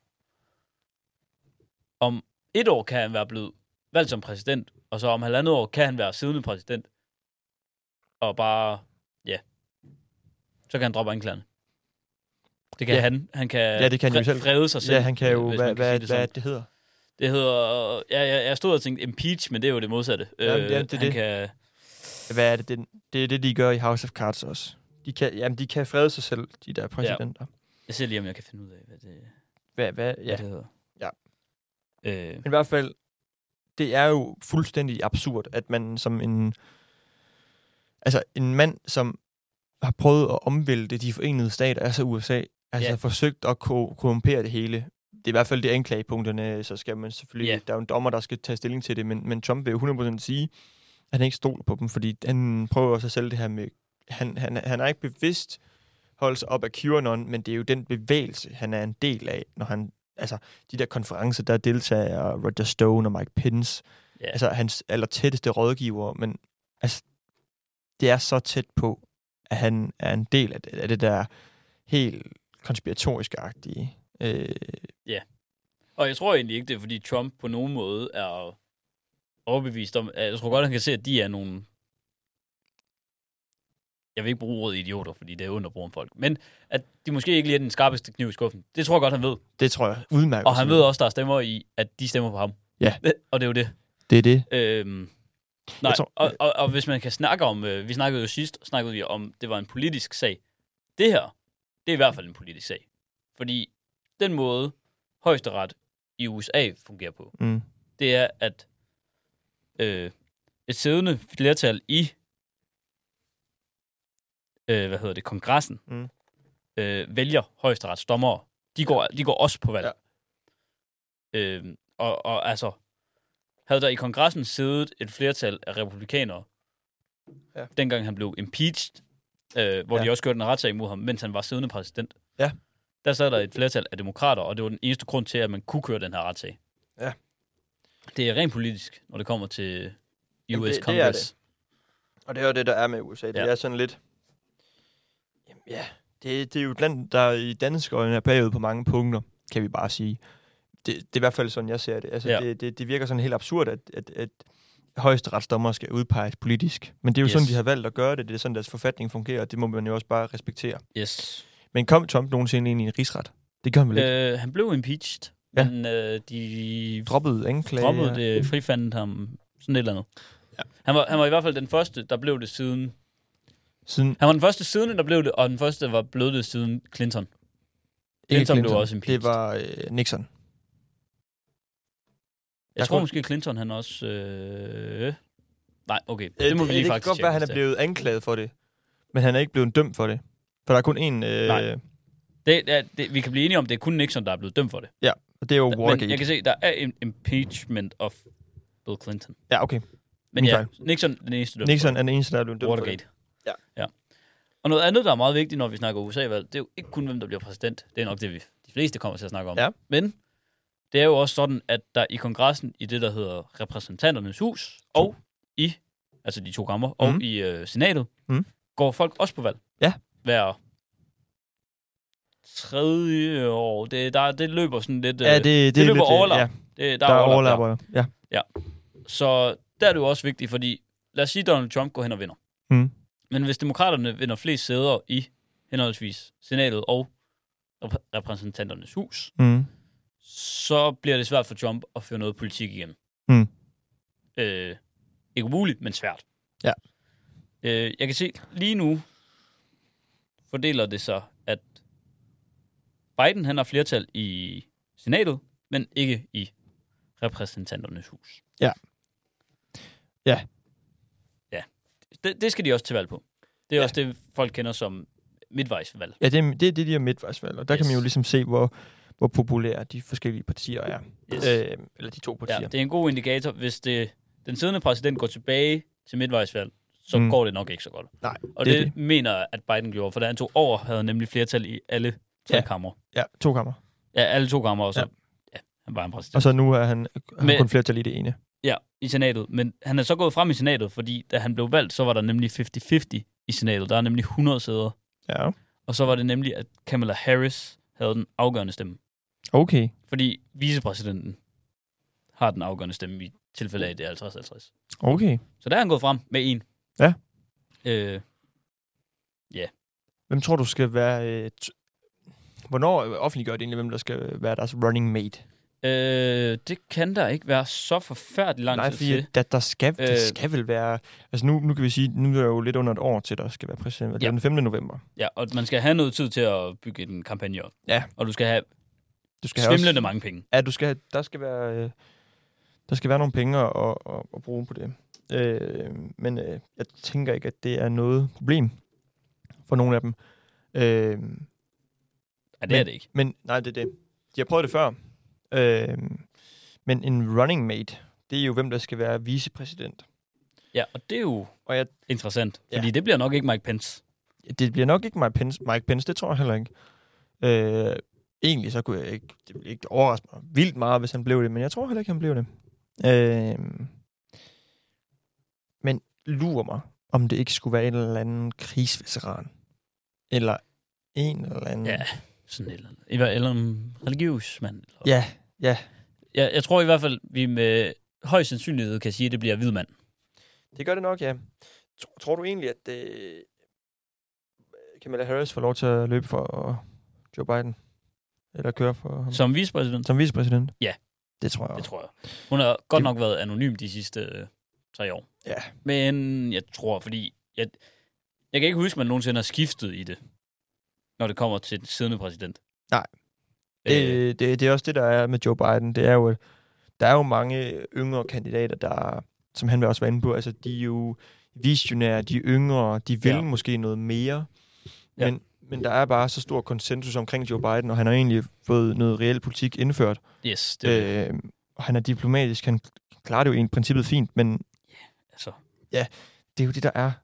Om 1 år kan han være blevet valgt som præsident, og så om 1,5 år kan han være siddende præsident. Og bare, så kan han droppe anklagerne. Det kan han kan, det kan jo selv frede sig selv. Ja, han kan jo, hvad det hedder? Det hedder, jeg stod og tænkte impeach, men det er jo det modsatte. Det kan... Hvad er det? Det er det, de gør i House of Cards også. De kan frede sig selv, de der præsidenter. Ja. Jeg ser lige, om jeg kan finde ud af, hvad det hedder. Ja. Men i hvert fald, det er jo fuldstændig absurd, at man som en mand, som har prøvet at omvælte de forenede stater, altså USA, forsøgt at korrumpere det hele. Det er i hvert fald det anklagepunkterne, så skal man selvfølgelig... Der er jo en dommer, der skal tage stilling til det, men Trump vil jo 100% sige, at han ikke stoler på dem, fordi han prøver sig selv det her med... Han er ikke bevidst holdt sig op af QAnon, men det er jo den bevægelse, han er en del af, når han... Altså, de der konferencer, der deltager Roger Stone og Mike Pence, altså hans allertætteste rådgiver, men altså, det er så tæt på, at han er en del af det der helt konspiratoriske-agtige. Ja. Og jeg tror egentlig ikke, det er, fordi Trump på nogen måde er overbevist om... Jeg tror godt, han kan se, at de er nogle... Jeg vil ikke bruge ordet idioter, fordi det er ondt at bruge om folk. Men at de måske ikke lige er den skarpeste kniv i skuffen. Det tror jeg godt, han ved. Det tror jeg udmærket. Og han ved også, der er stemmer i, at de stemmer på ham. Ja. Og det er jo det. Det er det. Nej, og hvis man kan snakke om... vi snakkede jo sidst, om, det var en politisk sag. Det her, det er i hvert fald en politisk sag. Fordi den måde, højesteret i USA fungerer på, det er, at et siddende flertal i kongressen, vælger højesteretsdommere. De går også på valg. Ja. Og altså, havde der i kongressen siddet et flertal af republikanere, dengang han blev impeached, hvor de også gjorde en retssag imod ham, mens han var siddende præsident. Ja. Der sad der et flertal af demokrater, og det var den eneste grund til, at man kunne køre den her retssag. Ja. Det er rent politisk, når det kommer til US Congress. Det er det. Og det er jo det, der er med USA. Det er sådan lidt... Ja, det er jo et land, der i dansk øjne er bagud på mange punkter, kan vi bare sige. Det er i hvert fald sådan, jeg ser det. Altså, det virker sådan helt absurd, at højesteretsdommer skal udpeges politisk. Men det er jo sådan, de har valgt at gøre det. Det er sådan, deres forfatning fungerer, og det må man jo også bare respektere. Yes. Men kom Trump nogensinde ind i en rigsret? Det gør han vel ikke? Han blev impeached, men de droppede anklager. Droppede det, frifandt ham Sådan et eller andet. Ja. Han var i hvert fald den første, der blev det siden... Siden Han var den første siden, der blev det, og den første var blevet det siden Clinton. Clinton blev også impeached. Det var Nixon. Jeg tror måske Clinton, han også... Nej, okay. Det må vi lige faktisk faktisk godt være, han er blevet anklaget for det. Men han er ikke blevet dømt for det. For der er kun én... Nej. Vi kan blive enige om, det er kun Nixon, der er blevet dømt for det. Ja, og det er jo Watergate. Men jeg kan se, der er en impeachment of Bill Clinton. Ja, okay. Men ja, Nixon er den eneste dømt. Nixon er den eneste, der er blevet dømt Watergate. for det. Ja. Og noget andet, der er meget vigtigt, når vi snakker USA-valg, det er jo ikke kun, hvem der bliver præsident. Det er nok det, de fleste kommer til at snakke om. Ja. Men det er jo også sådan, at der i kongressen, i det, der hedder repræsentanternes hus, og i, altså de 2 kammer, og i senatet, går folk også på valg. Ja. Hver 3. år. Det løber sådan lidt... Ja, det løber lidt, overlap. Ja. Der er overlap. Ja. Så der er det jo også vigtigt, fordi lad os sige, at Donald Trump går hen og vinder. Men hvis demokraterne vinder flest sæder i henholdsvis senatet og repræsentanternes hus, så bliver det svært for Trump at føre noget politik igennem. Ikke umuligt, men svært. Ja. Jeg kan se, lige nu fordeler det sig, at Biden han har flertal i senatet, men ikke i repræsentanternes hus. Ja. Ja. Ja. Det skal de også til valg på. Det er også det, folk kender som midtvejsvalg. Ja, det er de her midtvejsvalg, og der kan man jo ligesom se, hvor populære de forskellige partier er. Yes. Eller de 2 partier. Ja, det er en god indikator. Hvis den siddende præsident går tilbage til midtvejsvalg, så går det nok ikke så godt. Nej, og det mener jeg, at Biden gjorde, for da han tog over, havde nemlig flertal i alle 3 kammer. Ja, 2 kammer. Ja, alle 2 kammer, og så han var en præsident. Og så nu er han kun flertal i det ene. Ja, i senatet. Men han er så gået frem i senatet, fordi da han blev valgt, så var der nemlig 50-50 i senatet. Der er nemlig 100 sæder. Ja. Og så var det nemlig, at Kamala Harris havde den afgørende stemme. Okay. Fordi vicepræsidenten har den afgørende stemme i tilfælde af, det er 50-50. Okay. Så der er han gået frem med 1. Ja. Ja. Hvem tror du skal være... Hvornår offentliggør det egentlig, hvem der skal være deres running mate? Det kan der ikke være så forfærdeligt lang tid til. Nej, fordi det skal vel være... Altså nu kan vi sige, nu er der jo lidt under et år til, der skal være præsident. Det er den 5. november. Ja, og man skal have noget tid til at bygge en kampagne op. Ja. Og du skal have svimlende mange penge. Ja, der skal være nogle penge at bruge på det. Men jeg tænker ikke, at det er noget problem for nogen af dem. Ja, det er det ikke. Men nej, det er det. De har prøvet det før. Men en running mate, det er jo hvem, der skal være vicepræsident. Ja, og det er jo interessant. Fordi det bliver nok ikke Mike Pence. Det bliver nok ikke Mike Pence, det tror jeg heller ikke. Egentlig så kunne jeg ikke... Det ville ikke overraske mig vildt meget, hvis han blev det, men jeg tror heller ikke, han blev det. Men lurer mig, om det ikke skulle være en eller anden krigsveteran. Eller en eller anden... Ja, sådan et eller en religiøs mand. Ja. Jeg tror i hvert fald, vi med høj sandsynlighed kan sige, at det bliver hvid mand. Det gør det nok, ja. Tror du egentlig, at Kamala Harris får lov til at løbe for Joe Biden? Eller køre for ham? Som vicepræsident? Som vicepræsident? Ja. Det tror jeg. Det tror jeg. Hun har godt nok været anonym de sidste 3 år. Ja. Men jeg tror, fordi... Jeg kan ikke huske, at man nogensinde har skiftet i det, når det kommer til den siddende præsident. Nej. Det er også det, der er med Joe Biden. Det er jo, der er jo mange yngre kandidater, der, som han vil også være inde på, altså de er jo visionære, de er yngre, de vil måske noget mere. Men der er bare så stor konsensus omkring Joe Biden, og han har egentlig fået noget reel politik indført. Yes. Og han er diplomatisk, han klarer det jo i princippet fint, men det er jo det, der er.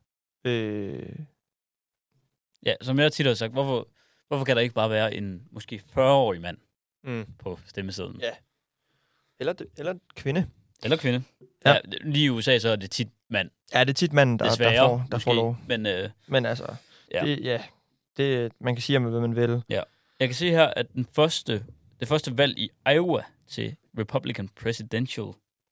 Ja, som jeg tit har sagt, hvorfor kan der ikke bare være en måske 40-årig mand på stemmesedlen? Ja. Eller kvinde. Eller kvinde. Ja. Lige i USA, så er det tit mand. Ja, det er tit mand, der får lov. Men altså, man kan sige, hvad man vil. Ja. Jeg kan se her, at det første valg i Iowa til Republican Presidential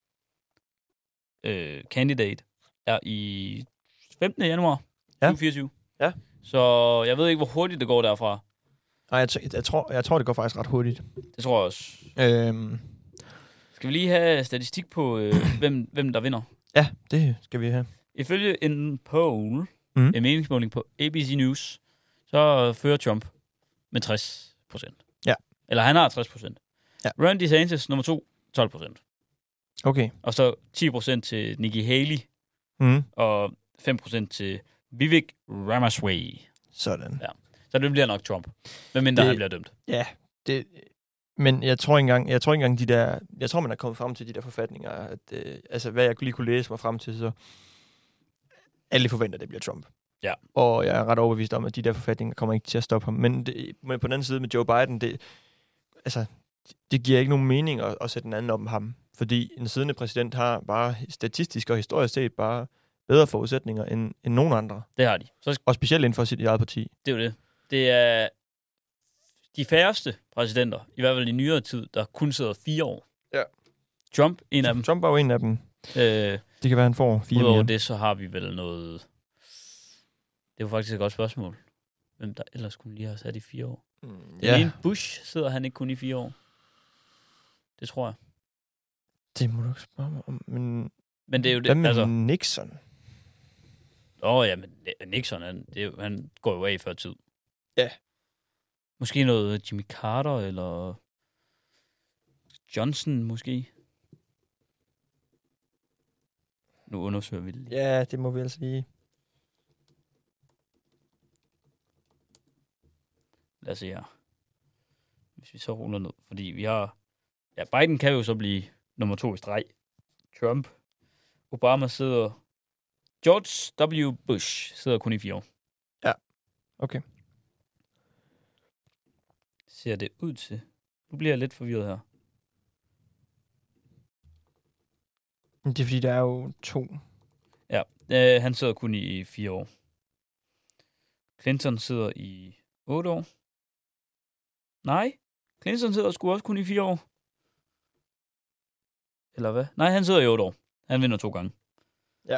Candidate er i 15. januar 2024. Ja. Så jeg ved ikke, hvor hurtigt det går derfra. Nej, jeg tror, det går faktisk ret hurtigt. Det tror jeg også. Skal vi lige have statistik på, hvem der vinder? Ja, det skal vi have. Ifølge en poll, Mm. en meningsmåling på ABC News, så fører Trump med 60%. Ja. Eller han har 60%. Ja. Ron DeSantis, nummer 2, 12%. Okay. Og så 10% til Nikki Haley, Mm. og 5% til Vivek Ramaswamy. Sådan. Ja. Så det bliver nok Trump. Medmindre han bliver dømt. Ja, det... Men jeg tror ikke engang de der... Jeg tror, man er kommet frem til de der forfatninger, at, altså, hvad jeg lige kunne læse mig frem til, så alle forventer, det bliver Trump. Ja. Og jeg er ret overbevist om, at de der forfatninger kommer ikke til at stoppe ham. Men på den anden side med Joe Biden, det giver ikke nogen mening at sætte en anden op om ham. Fordi en siddende præsident har bare statistisk og historisk set bare bedre forudsætninger end nogen andre. Det har de. Og specielt inden for sit eget parti. Det er jo det. Det er de færreste præsidenter, i hvert fald i nyere tid, der kun sidder 4 år. Ja. Trump, en af dem. Trump var jo en af dem. Det kan være, han får 4 Udover mere. det, så har vi vel noget... Det er jo faktisk et godt spørgsmål. Hvem der ellers kunne lige have sat i 4 år? Ja, Ja. Bush sidder han ikke kun i 4 år. Det tror jeg. det må du ikke spørge mig om. Men det er jo Hvad det, med altså... Nixon? Ja, men Nixon, han går jo af før tid. Ja. Måske noget Jimmy Carter, eller Johnson, måske. Nu undersøger vi det lige. Ja, det må vi altså sige. Lad os se her. Hvis vi så ruller ned. Fordi vi har... Ja, Biden kan jo så blive nummer 2 i streg. Trump. Obama sidder... George W. Bush sidder kun i 4 år. Ja. Okay. Ser det ud til? Nu bliver jeg lidt forvirret her. Det er fordi, der er jo 2. Ja, han sidder kun i 4 år. Clinton sidder i 8 år. Nej, Clinton sidder sgu også kun i 4 år. Eller hvad? Nej, han sidder i 8 år. Han vinder 2 gange. Ja.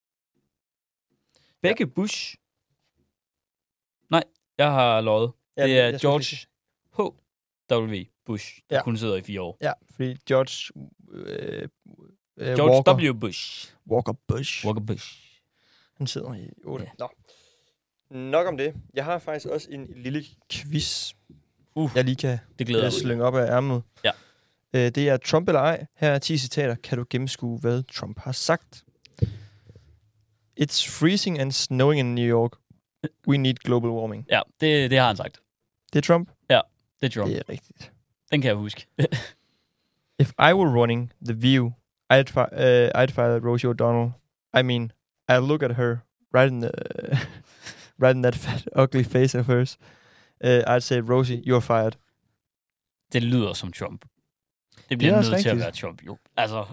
Begge Bush. Nej, jeg har løjet. Det er George H.W. Bush, der kun sidder i 4 år. Ja, fordi George George Walker, W. Bush. Walker Bush. Walker Bush. Han sidder i 8. Ja. Nå. Nok om det. Jeg har faktisk også en lille quiz, jeg lige kan Det glæder jeg mig. slynge op af ærmet. Ja. Det er Trump eller ej. Her er 10 citater. Kan du gennemskue, hvad Trump har sagt? It's freezing and snowing in New York. We need global warming. Ja, det har han sagt. Det er Trump? Det er Trump. Det er rigtigt. Den kan jeg huske. If I were running The View, I'd fire Rosie O'Donnell. I mean, I look at her right in that fat, ugly face of hers. I'd say, Rosie, you're fired. Det lyder som Trump. Det bliver Det er nødt også til at rigtigt. være Trump, jo. Altså,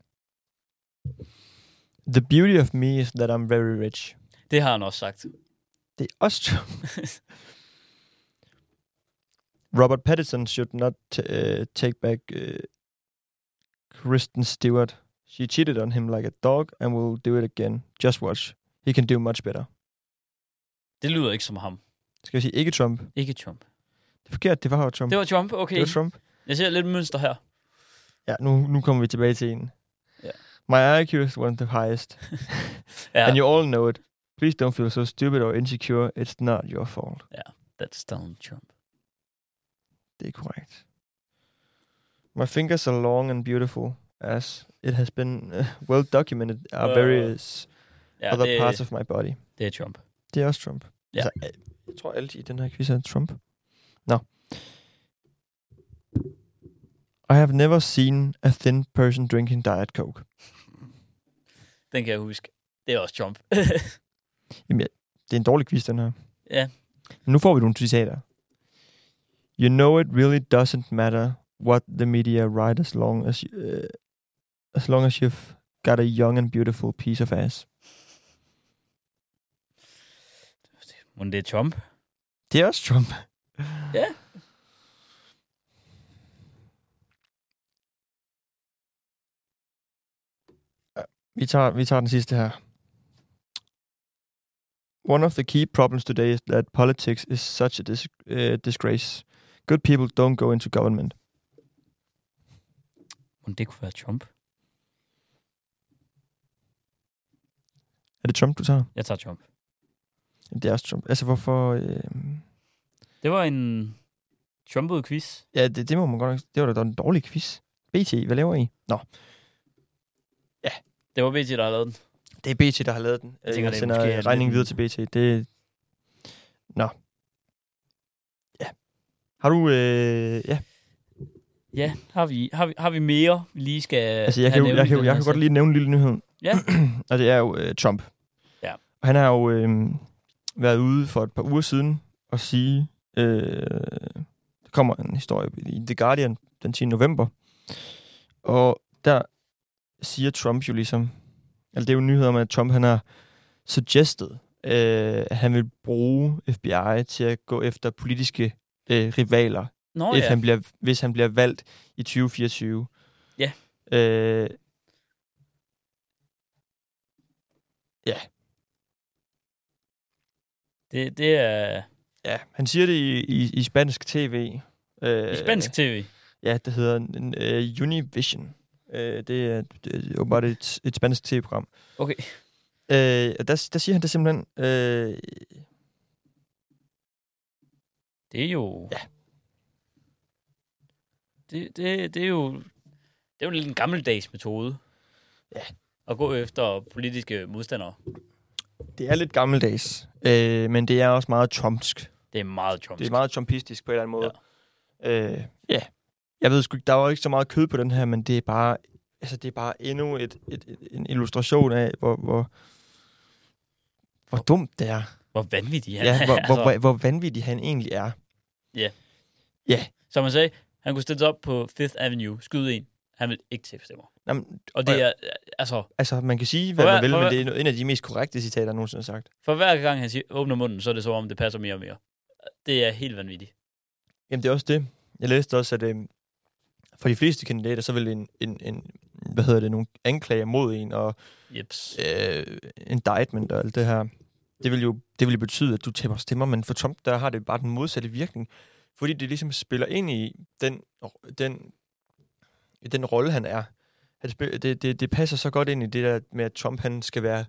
The beauty of me is that I'm very rich. det har han også sagt. Det er også Trump. Robert Pattinson should not take back Kristen Stewart. She cheated on him like a dog and will do it again. Just watch. He can do much better. Det lyder ikke som ham. Skal jeg sige ikke Trump? Ikke Trump. Det er forkert, det var jo Trump. Det var Trump, okay. Det var Trump. Jeg ser lidt mønster her. Ja, nu kommer vi tilbage til en. Ja. My IQ is one of the highest. Ja, And you all know it. Please don't feel so stupid or insecure. It's not your fault. that's Donald Trump. Det er korrekt. My fingers are long and beautiful, as it has been well documented are various Ja, other parts of my body. det er Trump. Det er også Trump. Ja. Altså, jeg tror altid i den her quiz er Trump. Nå. I have never seen a thin person drinking Diet Coke. Den kan jeg huske. Det er også Trump. Jamen, det er en dårlig quiz, den her. Ja. Men nu får vi nogle citater. You know it really doesn't matter what the media write as long as you've got a young and beautiful piece of ass. Men det er Trump. Det er også Trump. Ja. Vi tager den sidste her. One of the key problems today is that politics is such a disgrace. Good people don't go into government. Men det kunne være Trump. Er det Trump, du tager? Jeg tager Trump. Det er også Trump. Altså, hvorfor... Det var en Trumpet quiz. Ja, det må man godt nok... Det var da en dårlig quiz. BT, hvad laver I? Nå. Det var BT, der har lavet den. Det er BT, der har lavet den. Jeg tænker, Jeg det er sender måske regningen videre lidt- til BT. Det... Nå. Ja. Har du... Ja. Ja, har vi mere, vi lige skal Altså, jeg have kan, nævnt i den jeg her kan godt sag? lige nævne en lille nyhed. Ja. Og det er jo Trump. Ja. Og han har jo været ude for et par uger siden og sige... der kommer en historie i The Guardian den 10. november. Og der siger Trump jo ligesom... Altså, det er jo nyheder om, at Trump han har suggested, at han vil bruge FBI til at gå efter politiske rivaler, Nå hvis han bliver valgt i 2024. Ja. Ja. Det er Ja, han siger det i spansk tv. i spansk tv. Ja, det hedder Univision. Det er åbenbart et spansk tv-program. Okay. Og der siger han det simpelthen... Det er jo... Ja. Det er jo... Det er jo lidt en gammeldags metode. Ja. At gå efter politiske modstandere. Det er lidt gammeldags, men det er også meget trumpsk. Det er meget Trump. Det er meget trumpistisk på en eller anden måde. Ja. Jeg ved sgu ikke, der var ikke så meget kød på den her, men det er bare, det er bare endnu en illustration af, hvor dumt det er. Hvor vanvittig han Ja, er. hvor vanvittig han egentlig er. Som man sagde, han kunne stille sig op på Fifth Avenue, skyde en. Han vil ikke til stemmer. Jamen, Og det er, altså, altså, man kan sige, hvad man vil, men det er en af de mest korrekte citater, jeg nogensinde har sagt. for hver gang han åbner munden, så er det så om, det passer mere og mere. Det er helt vanvittigt. Jamen, det er også det. Jeg læste også, at for de fleste kandidater, så vil nogle anklager mod en, og Jeps. indictment og alt det her, det vil jo betyde, at du taber stemmer, men for Trump, der har det bare den modsatte virkning, fordi det ligesom spiller ind i den rolle, han er. Det passer så godt ind i det der med, at Trump, han skal være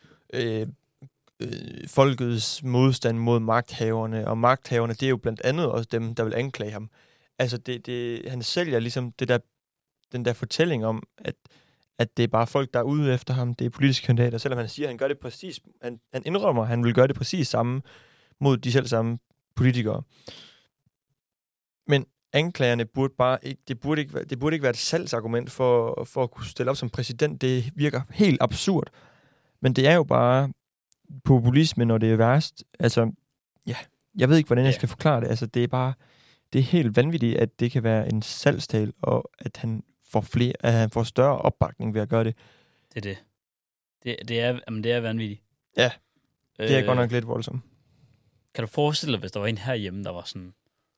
folkets modstand mod magthaverne, og magthaverne, det er jo blandt andet også dem, der vil anklage ham. Altså, han sælger ligesom den der fortælling om, at det er bare folk, der er ude efter ham, det er politiske kandidater, selvom han siger, at han gør det præcis, han indrømmer, at han vil gøre det præcis samme mod de selv samme politikere. Men anklagerne burde bare ikke, det burde ikke være et salgsargument for at kunne stille op som præsident. Det virker helt absurd. Men det er jo bare populisme, når det er værst. Altså, ja, jeg ved ikke, hvordan jeg skal forklare det. Altså, det er helt vanvittigt, at det kan være en salgstal, og at han får større opbakning ved at gøre det. Det er det. Det er vanvittigt. Ja, det er godt nok lidt voldsomt. Kan du forestille dig, hvis der var en herhjemme, der var sådan...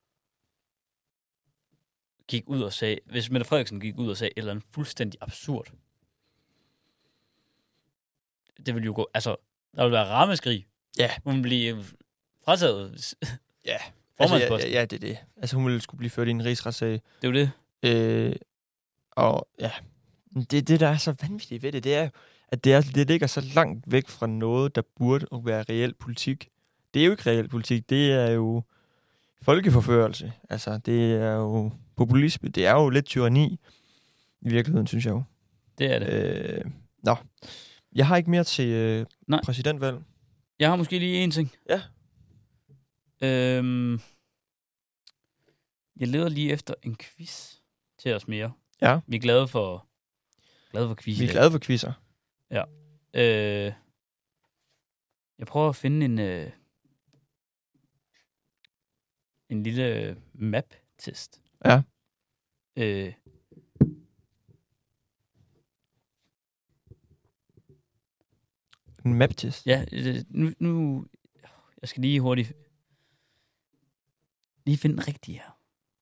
gik ud og sagde... Hvis Mette Frederiksen gik ud og sagde et eller andet fuldstændig absurd. Det ville jo gå... Altså, der ville være rammeskrig. Ja. Hun ville blive frataget. Ja. Formandsposten. Ja, det er det. Altså, hun ville skulle blive ført i en rigsretssag. Det er jo det. Og ja, det der er så vanvittigt ved det er jo, at det ligger så langt væk fra noget, der burde være reel politik. Det er jo ikke reel politik, det er jo folkeforførelse. Altså, det er jo populisme, det er jo lidt tyranni i virkeligheden, synes jeg jo. Det er det. Nå, jeg har ikke mere til Nej. præsidentvalg. Jeg har måske lige en ting. Ja. Jeg leder lige efter en quiz til os mere. Ja. Vi er glade for quiz. Vi er glade for quizzer. Ja. Jeg prøver at finde en lille map-test. Ja. En map-test. Ja, nu... Jeg skal lige hurtigt... Lige finde den rigtige her.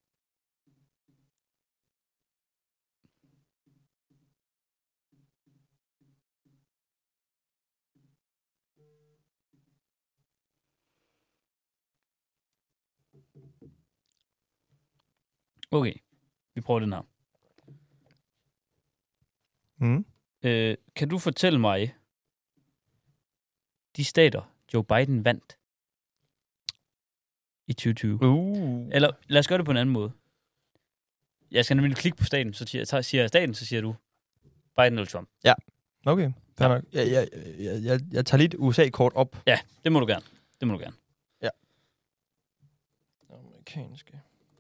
Okay, vi prøver den her. Mm. Kan du fortælle mig, de stater, Joe Biden vandt i 2020. Eller lad os gøre det på en anden måde. Jeg skal nemlig klikke på staten, så siger jeg staten, så siger du Biden eller Trump. Ja, okay. Fair nok. Jeg tager lidt USA-kort op. Ja, det må du gerne. Ja. Amerikanske.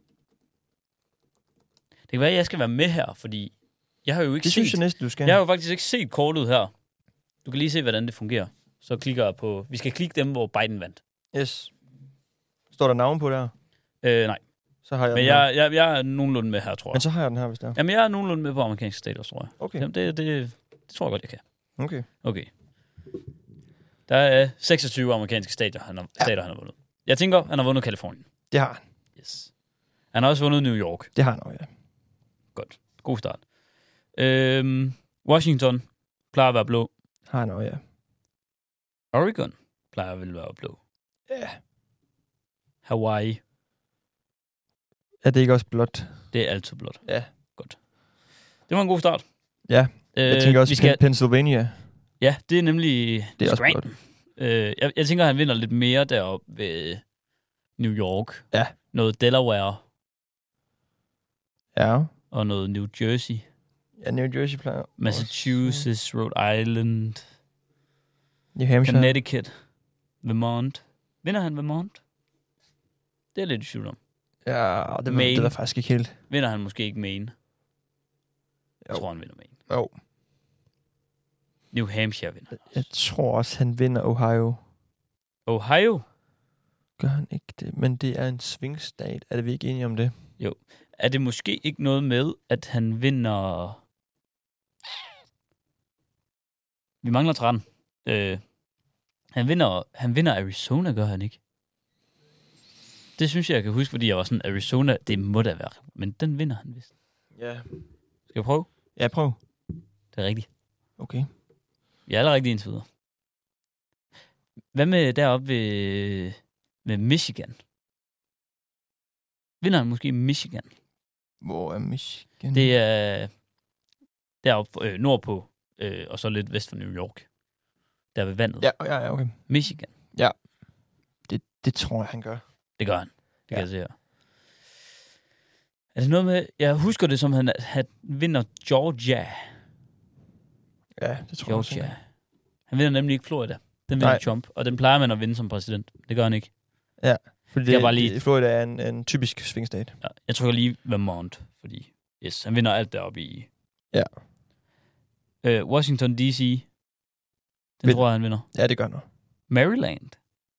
Det kan være, at jeg skal være med her, fordi jeg har jo ikke Det synes jeg næsten, du skal. Jeg har jo faktisk ikke set kortet her. Du kan lige se, hvordan det fungerer. Så klikker jeg på... Vi skal klikke dem, hvor Biden vandt. Yes. Står der navn på der? Nej. Så har jeg Men den her. jeg er nogenlunde med her, tror jeg. Men så har jeg den her, hvis der. Jamen, jeg er nogenlunde med på amerikanske stater, tror jeg. Okay. Jamen, det tror jeg godt, jeg kan. Okay. Der er 26 amerikanske stater, han har vundet. Jeg tænker, han har vundet Kalifornien. Det har han. Yes. Han har også vundet New York. Det har han også, ja. Godt. God start. Washington plejer at være blå. Har han også, ja. Oregon plejer vel at være blå. Ja. Hawaii, Er det ikke også blot? det er altid blåt. Ja. Godt. Det var en god start. Ja. Jeg tænker også Pennsylvania. Ja, det er nemlig Det er også Scranton. Jeg tænker, han vinder lidt mere deroppe ved New York. Ja. Noget Delaware Ja. og noget New Jersey. Ja, New Jersey plejer. Massachusetts, Rhode Island, New Hampshire. Connecticut, Vermont. Vinder han Vermont? Det er lidt i tvivl om. Ja, det Maine. var faktisk ikke helt. Vinder han måske ikke Maine? Jeg Jo. tror, han vinder Maine. Jo. New Hampshire vinder. Jeg tror også, han vinder Ohio. Ohio? Gør han ikke det? Men det er en svingstat. Er det vi ikke enige om det? Er det måske ikke noget med, at han vinder... Vi mangler 13. Han vinder Arizona, gør han ikke? Det synes jeg kan huske, fordi jeg var sådan, Arizona, det må da være. Men den vinder han vist. Ja. Skal jeg prøve? Ja, prøv. Det er rigtigt. Okay. Jeg er allerede indtil videre. Hvad med deroppe ved Michigan? Vinder han måske Michigan? Hvor er Michigan? Det er deroppe nordpå, og så lidt vest for New York. Der ved vandet. Ja, okay. Michigan. Det tror jeg, han gør. Det gør han. Det kan jeg se her. Er det noget med... Jeg husker det som, han vinder Georgia. Ja, det tror jeg også. Georgia. Han vinder nemlig ikke Florida. Den vinder Trump, og den plejer man at vinde som præsident. Det gør han ikke. Ja, fordi Jeg bare lige- Florida er en typisk svingstat. Ja, jeg trykker lige Vermont, fordi yes, han vinder alt deroppe i... Ja. Washington D.C. Den tror jeg, han vinder. Ja, det gør han. Maryland.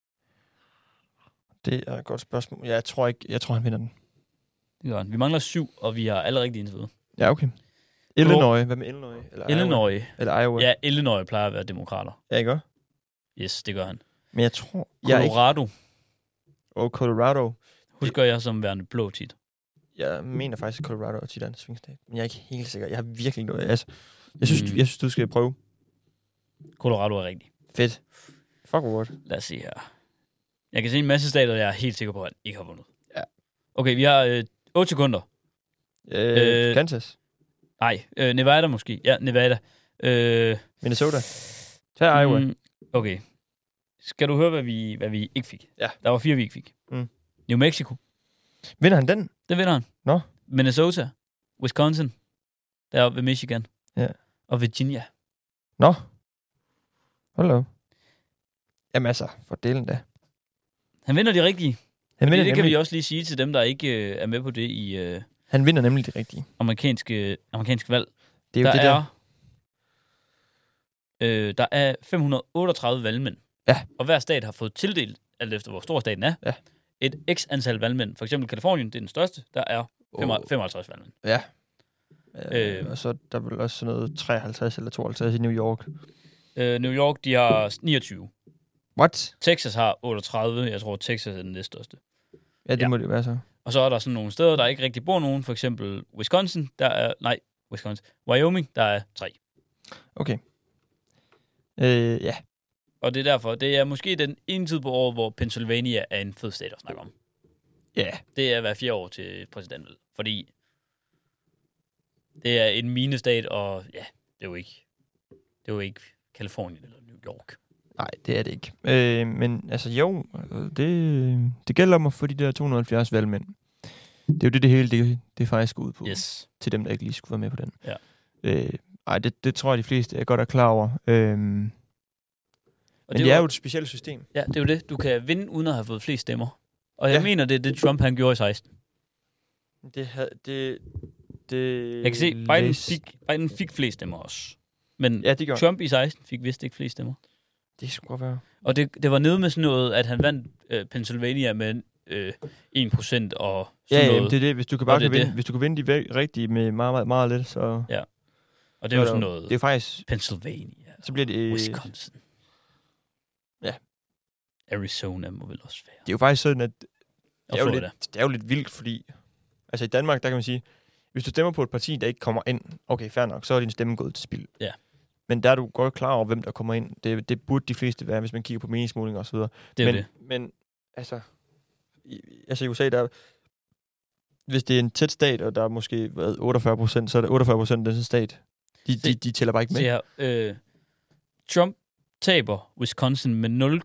Det er et godt spørgsmål. Jeg tror, han vinder den. Det gør han. Vi mangler 7, og vi har alle rigtige indtil videre. Ja, okay. Illinois. Hvad med Illinois? Eller Illinois. Iowa? Eller Iowa? Ja, Illinois plejer at være demokrater. Ja, ikke også? Yes, det gør han. Men jeg tror... Colorado. Colorado. Husker jeg som værende blå tit. Jeg mener faktisk, at Colorado er tit en svingstat. Men jeg er ikke helt sikker. Jeg har virkelig ikke noget... Altså, jeg synes, du skal prøve. Colorado er rigtig. Fedt. Fuck what. Lad os se her. Jeg kan se en masse stater, jeg er helt sikker på, at ikke har vundet. Ja. Okay, vi har 8 sekunder. Kansas. Nej, Nevada måske. Ja, Nevada. Minnesota. Tag Iowa. Okay. Skal du høre, hvad vi ikke fik? Ja. Der var 4, vi ikke fik. New Mexico. Vinder han den? Det vinder han. Nå. Minnesota. Wisconsin. Deroppe ved Michigan. Ja. Og Virginia. Nå. Hold da. Jamen altså, for delen da. Han vinder de rigtige. Han vinder Det kan nemlig, vi også lige sige til dem, der ikke er med på det i han vinder nemlig det rigtige. amerikansk valg. Det er jo Der er 538 valgmænd. Ja. Og hver stat har fået tildelt, alt efter hvor stor staten er, et x antal valgmænd. For eksempel Kalifornien, det er den største. Der er 55 valgmænd. Ja. Og så der er vel også sådan noget 53 eller 52 i New York. New York, de har 29. What? Texas har 38. Jeg tror, Texas er den næststørste. Ja, det må det være så. Og så er der sådan nogle steder, der ikke rigtig bor nogen. For eksempel Wyoming, der er 3. Okay. Ja. Og det er derfor, det er måske den ene tid på året, hvor Pennsylvania er en fed stat at snakke om. Ja. Det er hver 4 år til præsidentvalg. Fordi det er en minestat, og ja, det er jo ikke Kalifornien eller New York. Nej, det er det ikke. Men altså jo, det gælder om at få de der 270 valgmænd. Det er jo det hele det faktisk går ud på. Yes. Til dem, der ikke lige skulle være med på den. Ja. Det tror jeg, de fleste er godt er klar over. Men det er jo et specielt system. Ja, det er jo det. Du kan vinde, uden at have fået flest stemmer. Og jeg mener, det er det, Trump han gjorde i 16. Jeg Jeg kan se, Biden fik flest stemmer også. Men Ja, det gjorde Trump i 16 fik vist ikke flest stemmer. det skulle godt være. Og det var nede med sådan noget, at han vandt Pennsylvania med 1% og sådan Ja, noget. det er det. Hvis du kan Og bare det er vinde, hvis du kan vinde de rigtige med meget, meget, meget lidt, så... Ja. Og det er jo sådan noget Det er faktisk... Pennsylvania, Så bliver det... Wisconsin. Ja. Arizona må vel også være. Det er jo faktisk sådan, at Og det Florida. er jo lidt vildt, fordi... Altså i Danmark, der kan man sige, hvis du stemmer på et parti, der ikke kommer ind, okay, fair nok, så er din stemme gået til spil. Ja. Men der er du godt klar over, hvem der kommer ind. Det burde de fleste være, hvis man kigger på meningsmålinger osv. Det er jo det. Men altså i USA, der hvis det er en tæt stat, og der er måske 48%, så er det 48% af den stat. De tæller bare ikke med. Se her, Trump taber Wisconsin med 0,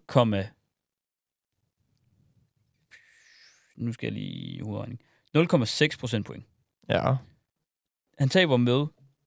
nu skal jeg lige hovedregning. 0,6 procentpoint. Ja. Han taber med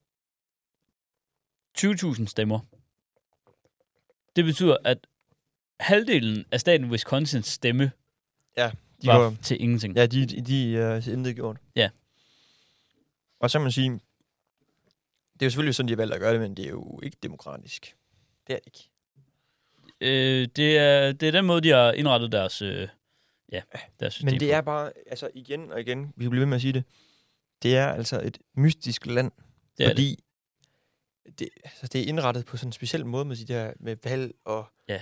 20.000 stemmer. Det betyder, at halvdelen af staten Wisconsins stemme De var var, til ingenting. ja, de er intet gjort. Ja. Og så kan man sige, det er jo selvfølgelig sådan, de har valgt at gøre det, men det er jo ikke demokratisk. Det er det ikke. Det er den måde, de har indrettet deres system Men det på. er bare, altså igen og igen, vi kan blive ved med at sige det, det er altså et mystisk land, Det er fordi det er indrettet på sådan en speciel måde med de der med valg og Ja.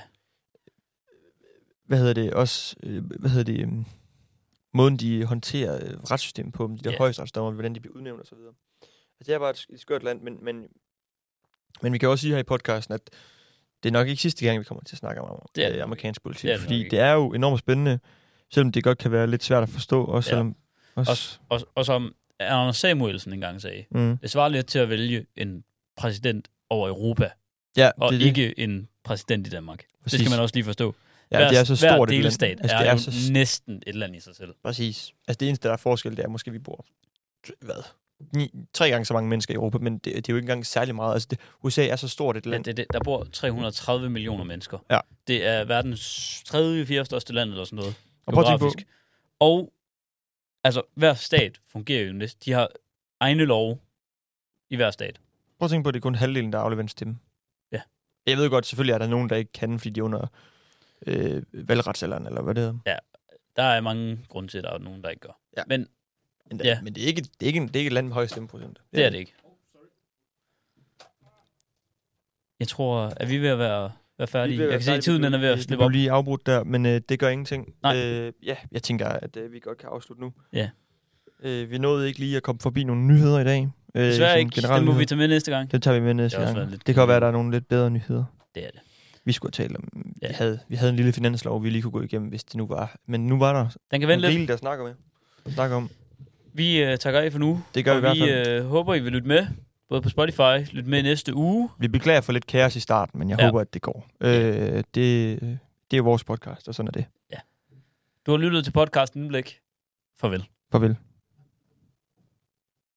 måden de håndterer retssystemet på, de der Ja. højesteretsdommer, hvordan de bliver udnævnt og så videre. Altså, det er bare et skørt land, men vi kan også sige her i podcasten, at det er nok ikke sidste gang, vi kommer til at snakke om Det er det. amerikansk politik, Det er det nok fordi ikke. det er jo enormt spændende, selvom det godt kan være lidt svært at forstå, også selvom... Og som Anders Samuelsen engang sagde, Mm. det svarer lidt til at vælge en præsident over Europa, Ja, og det er det. ikke en præsident i Danmark. Præcis. Det skal man også lige forstå. Ja, det er så stort hver et land. delstat Altså, er det er jo så næsten et land i sig selv. Præcis. Altså det eneste, der er forskel, det er måske, vi bor 3 gange så mange mennesker i Europa, men det er jo ikke engang særlig meget. Altså USA er så stort et land. Der bor 330 millioner mennesker. Ja. Det er verdens 3. største land eller sådan noget. Og prøv at tænke på, Geografisk. Og altså, hver stat fungerer jo næsten. De har egne love i hver stat. prøv at tænke på, at det er kun halvdelen, der afleverer en stemme. Ja. Jeg ved godt, selvfølgelig er der nogen, der ikke kan, fordi de er under valgretsalderen, eller hvad det hedder. Der er mange grunde til, at der er nogen, der ikke gør. Ja. Men Men, Ja. men det er ikke et land med høj stemmeprocent. det er det ikke. Jeg tror, at vi er ved at være færdige. Jeg kan se, at tiden den er ved at Vi slippe blev op. lige afbrudt der, men det gør ingenting. Nej. Jeg tænker, at vi godt kan afslutte nu. Ja. Vi nåede ikke lige at komme forbi nogle nyheder i dag. Desværre som ikke. generelle Det må vi nyheder. tage med næste gang. Det tager vi med næste Det har også gang. været lidt Det kan godt være, at der er nogle lidt bedre nyheder. Det er det. Vi skulle have talt om... Ja. Vi havde en lille finanslov, vi lige kunne gå igennem, hvis det nu var. Men nu var der Den kan vente lidt. rigeligt at snakke om. Vi takker af for nu. Det gør vi i hvert fald. Vi håber, I vil lytte med. Både på Spotify. Lyt med næste uge. Vi beklager for lidt kaos i starten, men jeg håber, at det går. Det er vores podcast, og sådan er det. Du har lyttet til podcasten Indblik. Farvel. Farvel.